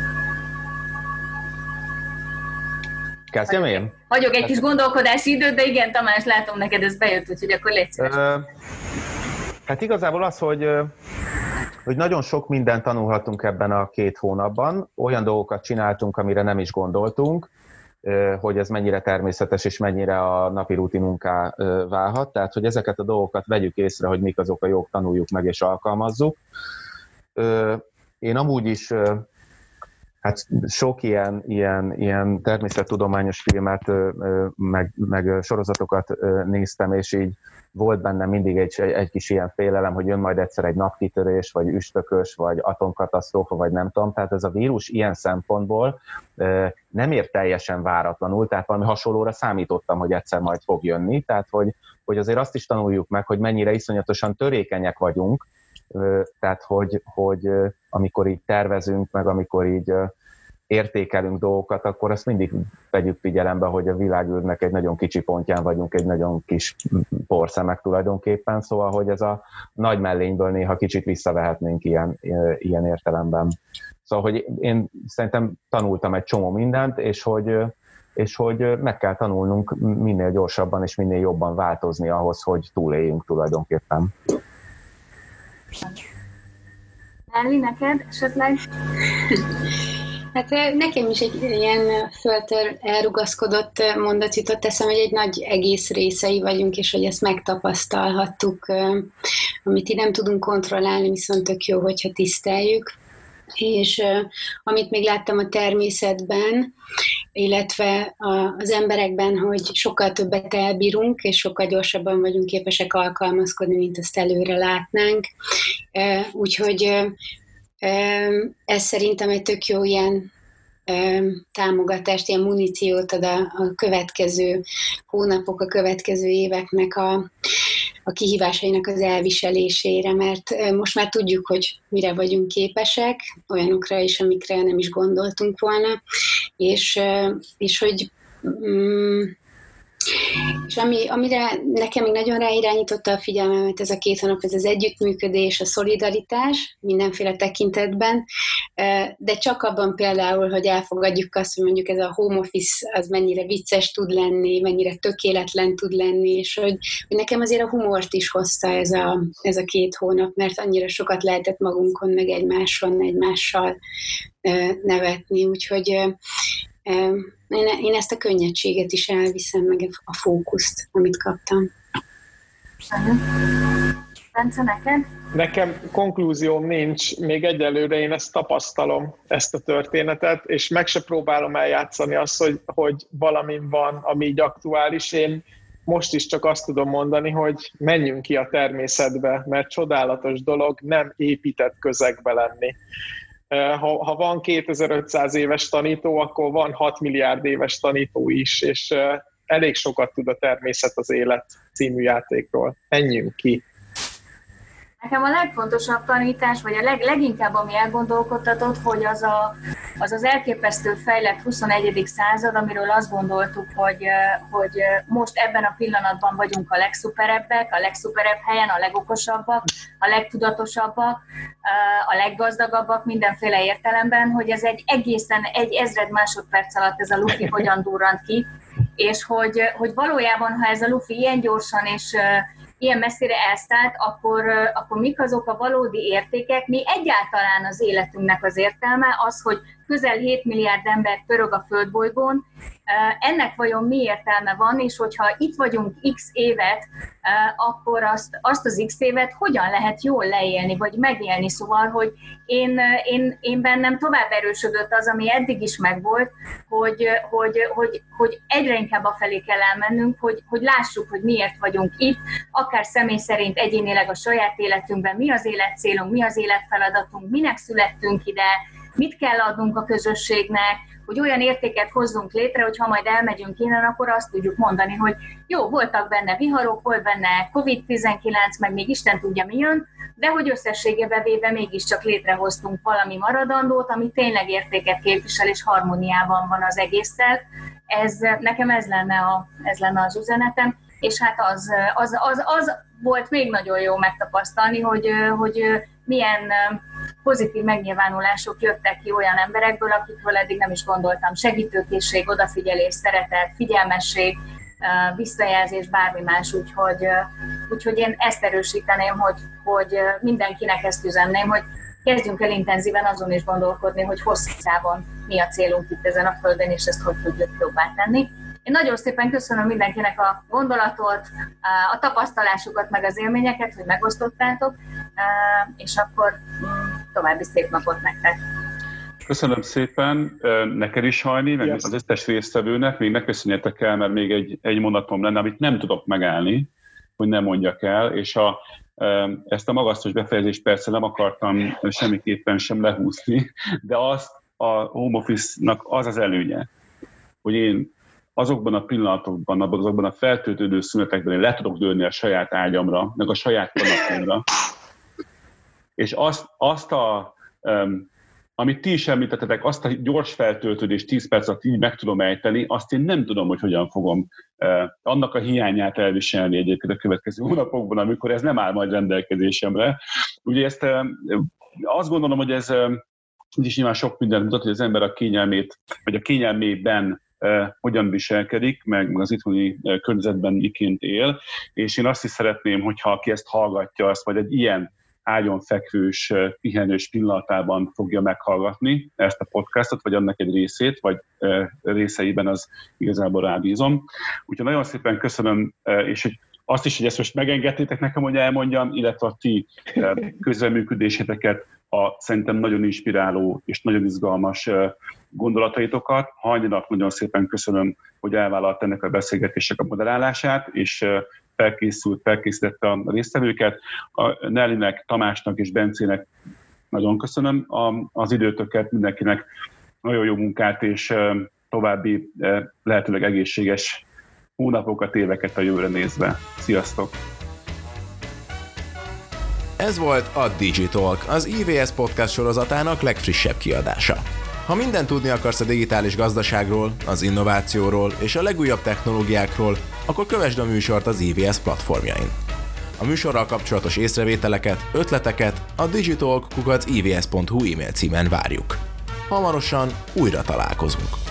Kezdjem én? Hagyok egy kis gondolkodási időt, de igen, Tamás, látom neked, ez bejött, úgyhogy akkor légy szíves. Hát igazából az, hogy hogy nagyon sok mindent tanulhatunk ebben a két hónapban, olyan dolgokat csináltunk, amire nem is gondoltunk, hogy ez mennyire természetes és mennyire a napi rutinunká válhat, tehát hogy ezeket a dolgokat vegyük észre, hogy mik azok a jók, tanuljuk meg és alkalmazzuk. Én amúgy is hát sok ilyen, ilyen, ilyen természettudományos filmet, meg, meg sorozatokat néztem, és így volt bennem mindig egy, egy kis ilyen félelem, hogy jön majd egyszer egy napkitörés, vagy üstökös, vagy atomkatasztrófa, vagy nem tudom. Tehát ez a vírus ilyen szempontból nem ér teljesen váratlanul, tehát valami hasonlóra számítottam, hogy egyszer majd fog jönni. Tehát, hogy, hogy azért azt is tanuljuk meg, hogy mennyire iszonyatosan törékenyek vagyunk, tehát, hogy, hogy amikor így tervezünk, meg amikor így értékelünk dolgokat, akkor azt mindig vegyük figyelembe, hogy a világűrnek egy nagyon kicsi pontján vagyunk, egy nagyon kis porszemek tulajdonképpen, szóval, hogy ez a nagy mellényből néha kicsit visszavehetnénk ilyen, ilyen értelemben. Szóval, hogy én szerintem tanultam egy csomó mindent, és hogy, és hogy meg kell tanulnunk minél gyorsabban és minél jobban változni ahhoz, hogy túléljünk tulajdonképpen. Elli, neked esetleg? Hát nekem is egy ilyen föltör elrugaszkodott mondat jutott eszembe, hogy egy nagy egész részei vagyunk, és hogy ezt megtapasztalhattuk, amit így nem tudunk kontrollálni, viszont tök jó, hogyha tiszteljük. És uh, amit még láttam a természetben, illetve a, az emberekben, hogy sokkal többet elbírunk, és sokkal gyorsabban vagyunk képesek alkalmazkodni, mint azt előre látnánk. Uh, úgyhogy uh, um, ez szerintem egy tök jó ilyen um, támogatást, ilyen muníciót ad a, a következő hónapok, a következő éveknek a a kihívásainak az elviselésére, mert most már tudjuk, hogy mire vagyunk képesek, olyanokra is, amikre nem is gondoltunk volna, és, és hogy mm, és ami, amire nekem még nagyon ráirányította a figyelmemet ez a két hónap, ez az együttműködés, a szolidaritás mindenféle tekintetben, de csak abban például, hogy elfogadjuk azt, hogy mondjuk ez a home office az mennyire vicces tud lenni, mennyire tökéletlen tud lenni, és hogy, hogy nekem azért a humort is hozta ez a, ez a két hónap, mert annyira sokat lehetett magunkon, meg egymáson, egymással nevetni, úgyhogy Én, én ezt a könnyedséget is elviszem, meg a fókuszt, amit kaptam. Bence, neked? Nekem konklúzióm nincs, még egyelőre én ezt tapasztalom, ezt a történetet, és meg se próbálom eljátszani azt, hogy, hogy valamin van, ami így aktuális. Én most is csak azt tudom mondani, hogy menjünk ki a természetbe, mert csodálatos dolog nem épített közegbe lenni. Ha, ha van kétezer-ötszáz éves tanító, akkor van hat milliárd éves tanító is, és elég sokat tud a Természet az élet című játékról. Menjünk ki! Nekem a legfontosabb tanítás, vagy a leg, leginkább ami elgondolkodtatott, hogy az a az az elképesztő fejlett huszonegyedik század, amiről azt gondoltuk, hogy, hogy most ebben a pillanatban vagyunk a legszuperebbek, a legszuperebb helyen, a legokosabbak, a legtudatosabbak, a leggazdagabbak mindenféle értelemben, hogy ez egy egészen egy ezred másodperc alatt ez a lufi hogyan durrant ki, és hogy, hogy valójában, ha ez a lufi ilyen gyorsan és ilyen messzire elszállt, akkor, akkor mik azok a valódi értékek, mi egyáltalán az életünknek az értelme, az, hogy közel hét milliárd ember pörög a földbolygón, ennek vajon mi értelme van, és hogyha itt vagyunk x évet, akkor azt, azt az x évet hogyan lehet jól leélni, vagy megélni, szóval, hogy én, én, én bennem tovább erősödött az, ami eddig is megvolt, hogy, hogy, hogy, hogy egyre inkább afelé kell elmennünk, hogy, hogy lássuk, hogy miért vagyunk itt, akár személy szerint egyénileg a saját életünkben, mi az életcélunk, mi az életfeladatunk, minek születtünk ide, mit kell adnunk a közösségnek, hogy olyan értéket hozzunk létre, hogy ha majd elmegyünk innen, akkor azt tudjuk mondani, hogy jó, voltak benne viharok, volt benne kovid tizenkilenc, meg még Isten tudja mi jön, de hogy összességében véve mégiscsak létrehoztunk valami maradandót, ami tényleg értéket képvisel és harmóniában van az egésszel. Ez, nekem ez lenne, a, ez lenne az üzenetem, és hát az, az, az, az volt még nagyon jó megtapasztalni, hogy, hogy milyen pozitív megnyilvánulások jöttek ki olyan emberekből, akikről eddig nem is gondoltam. Segítőkészség, odafigyelés, szeretet, figyelmesség, visszajelzés, bármi más. Úgyhogy, úgyhogy én ezt erősíteném, hogy, hogy mindenkinek ezt üzenném, hogy kezdjünk el intenzíven azon is gondolkodni, hogy hosszú távon mi a célunk itt ezen a földön, és ezt hogy tudjuk jobbá tenni. Én nagyon szépen köszönöm mindenkinek a gondolatot, a tapasztalásokat, meg az élményeket, hogy megosztottátok, és akkor további szép napot nektek. Köszönöm szépen neked is, Hajni, meg yes. az összes résztvevőnek. Még ne köszönjetek el, mert még egy, egy mondatom lenne, amit nem tudok megállni, hogy nem mondjak el, és a, ezt a magasztos befejezést persze nem akartam semmiképpen sem lehúzni, de azt a home office-nak az az előnye, hogy én azokban a pillanatokban, azokban a feltöltődő szünetekben én le tudok dőlni a saját ágyamra, meg a saját kanapémra. És azt, azt a, um, amit ti is említettetek, azt a gyors feltöltődést tíz perc alatt így meg tudom ejteni, azt én nem tudom, hogy hogyan fogom uh, annak a hiányát elviselni egyébként a következő hónapokban, amikor ez nem áll majd rendelkezésemre. Ugye ezt uh, azt gondolom, hogy ez uh, is nyilván sok mindent mutat, hogy az ember a kényelmét, vagy a kényelmében Uh, hogyan viselkedik, meg az itthoni uh, környezetben miként él, és én azt is szeretném, hogyha aki ezt hallgatja, azt vagy egy ilyen ágyon fekvős, uh, pihenős pillanatában fogja meghallgatni ezt a podcastot, vagy annak egy részét, vagy uh, részeiben az igazából rábízom. Úgyhogy nagyon szépen köszönöm, uh, és hogy azt is, hogy ezt most megengedtétek nekem, hogy elmondjam, illetve a ti uh, közreműködéseteket, a szerintem nagyon inspiráló és nagyon izgalmas uh, gondolataitokat. Hajninak nagyon szépen köszönöm, hogy elvállalt ennek a beszélgetések a moderálását, és felkészült, felkészítette a résztvevőket. A Nellinek, Tamásnak és Bencének nagyon köszönöm az időtöket, mindenkinek nagyon jó munkát, és további lehetőleg egészséges hónapokat, éveket a jövőre nézve. Sziasztok! Ez volt a Digitalk, az i vé es podcast sorozatának legfrissebb kiadása. Ha mindent tudni akarsz a digitális gazdaságról, az innovációról és a legújabb technológiákról, akkor kövesd a műsort az i vé es platformjain. A műsorral kapcsolatos észrevételeket, ötleteket a digitalk kukac i vé es pont hu e-mail címen várjuk. Hamarosan újra találkozunk.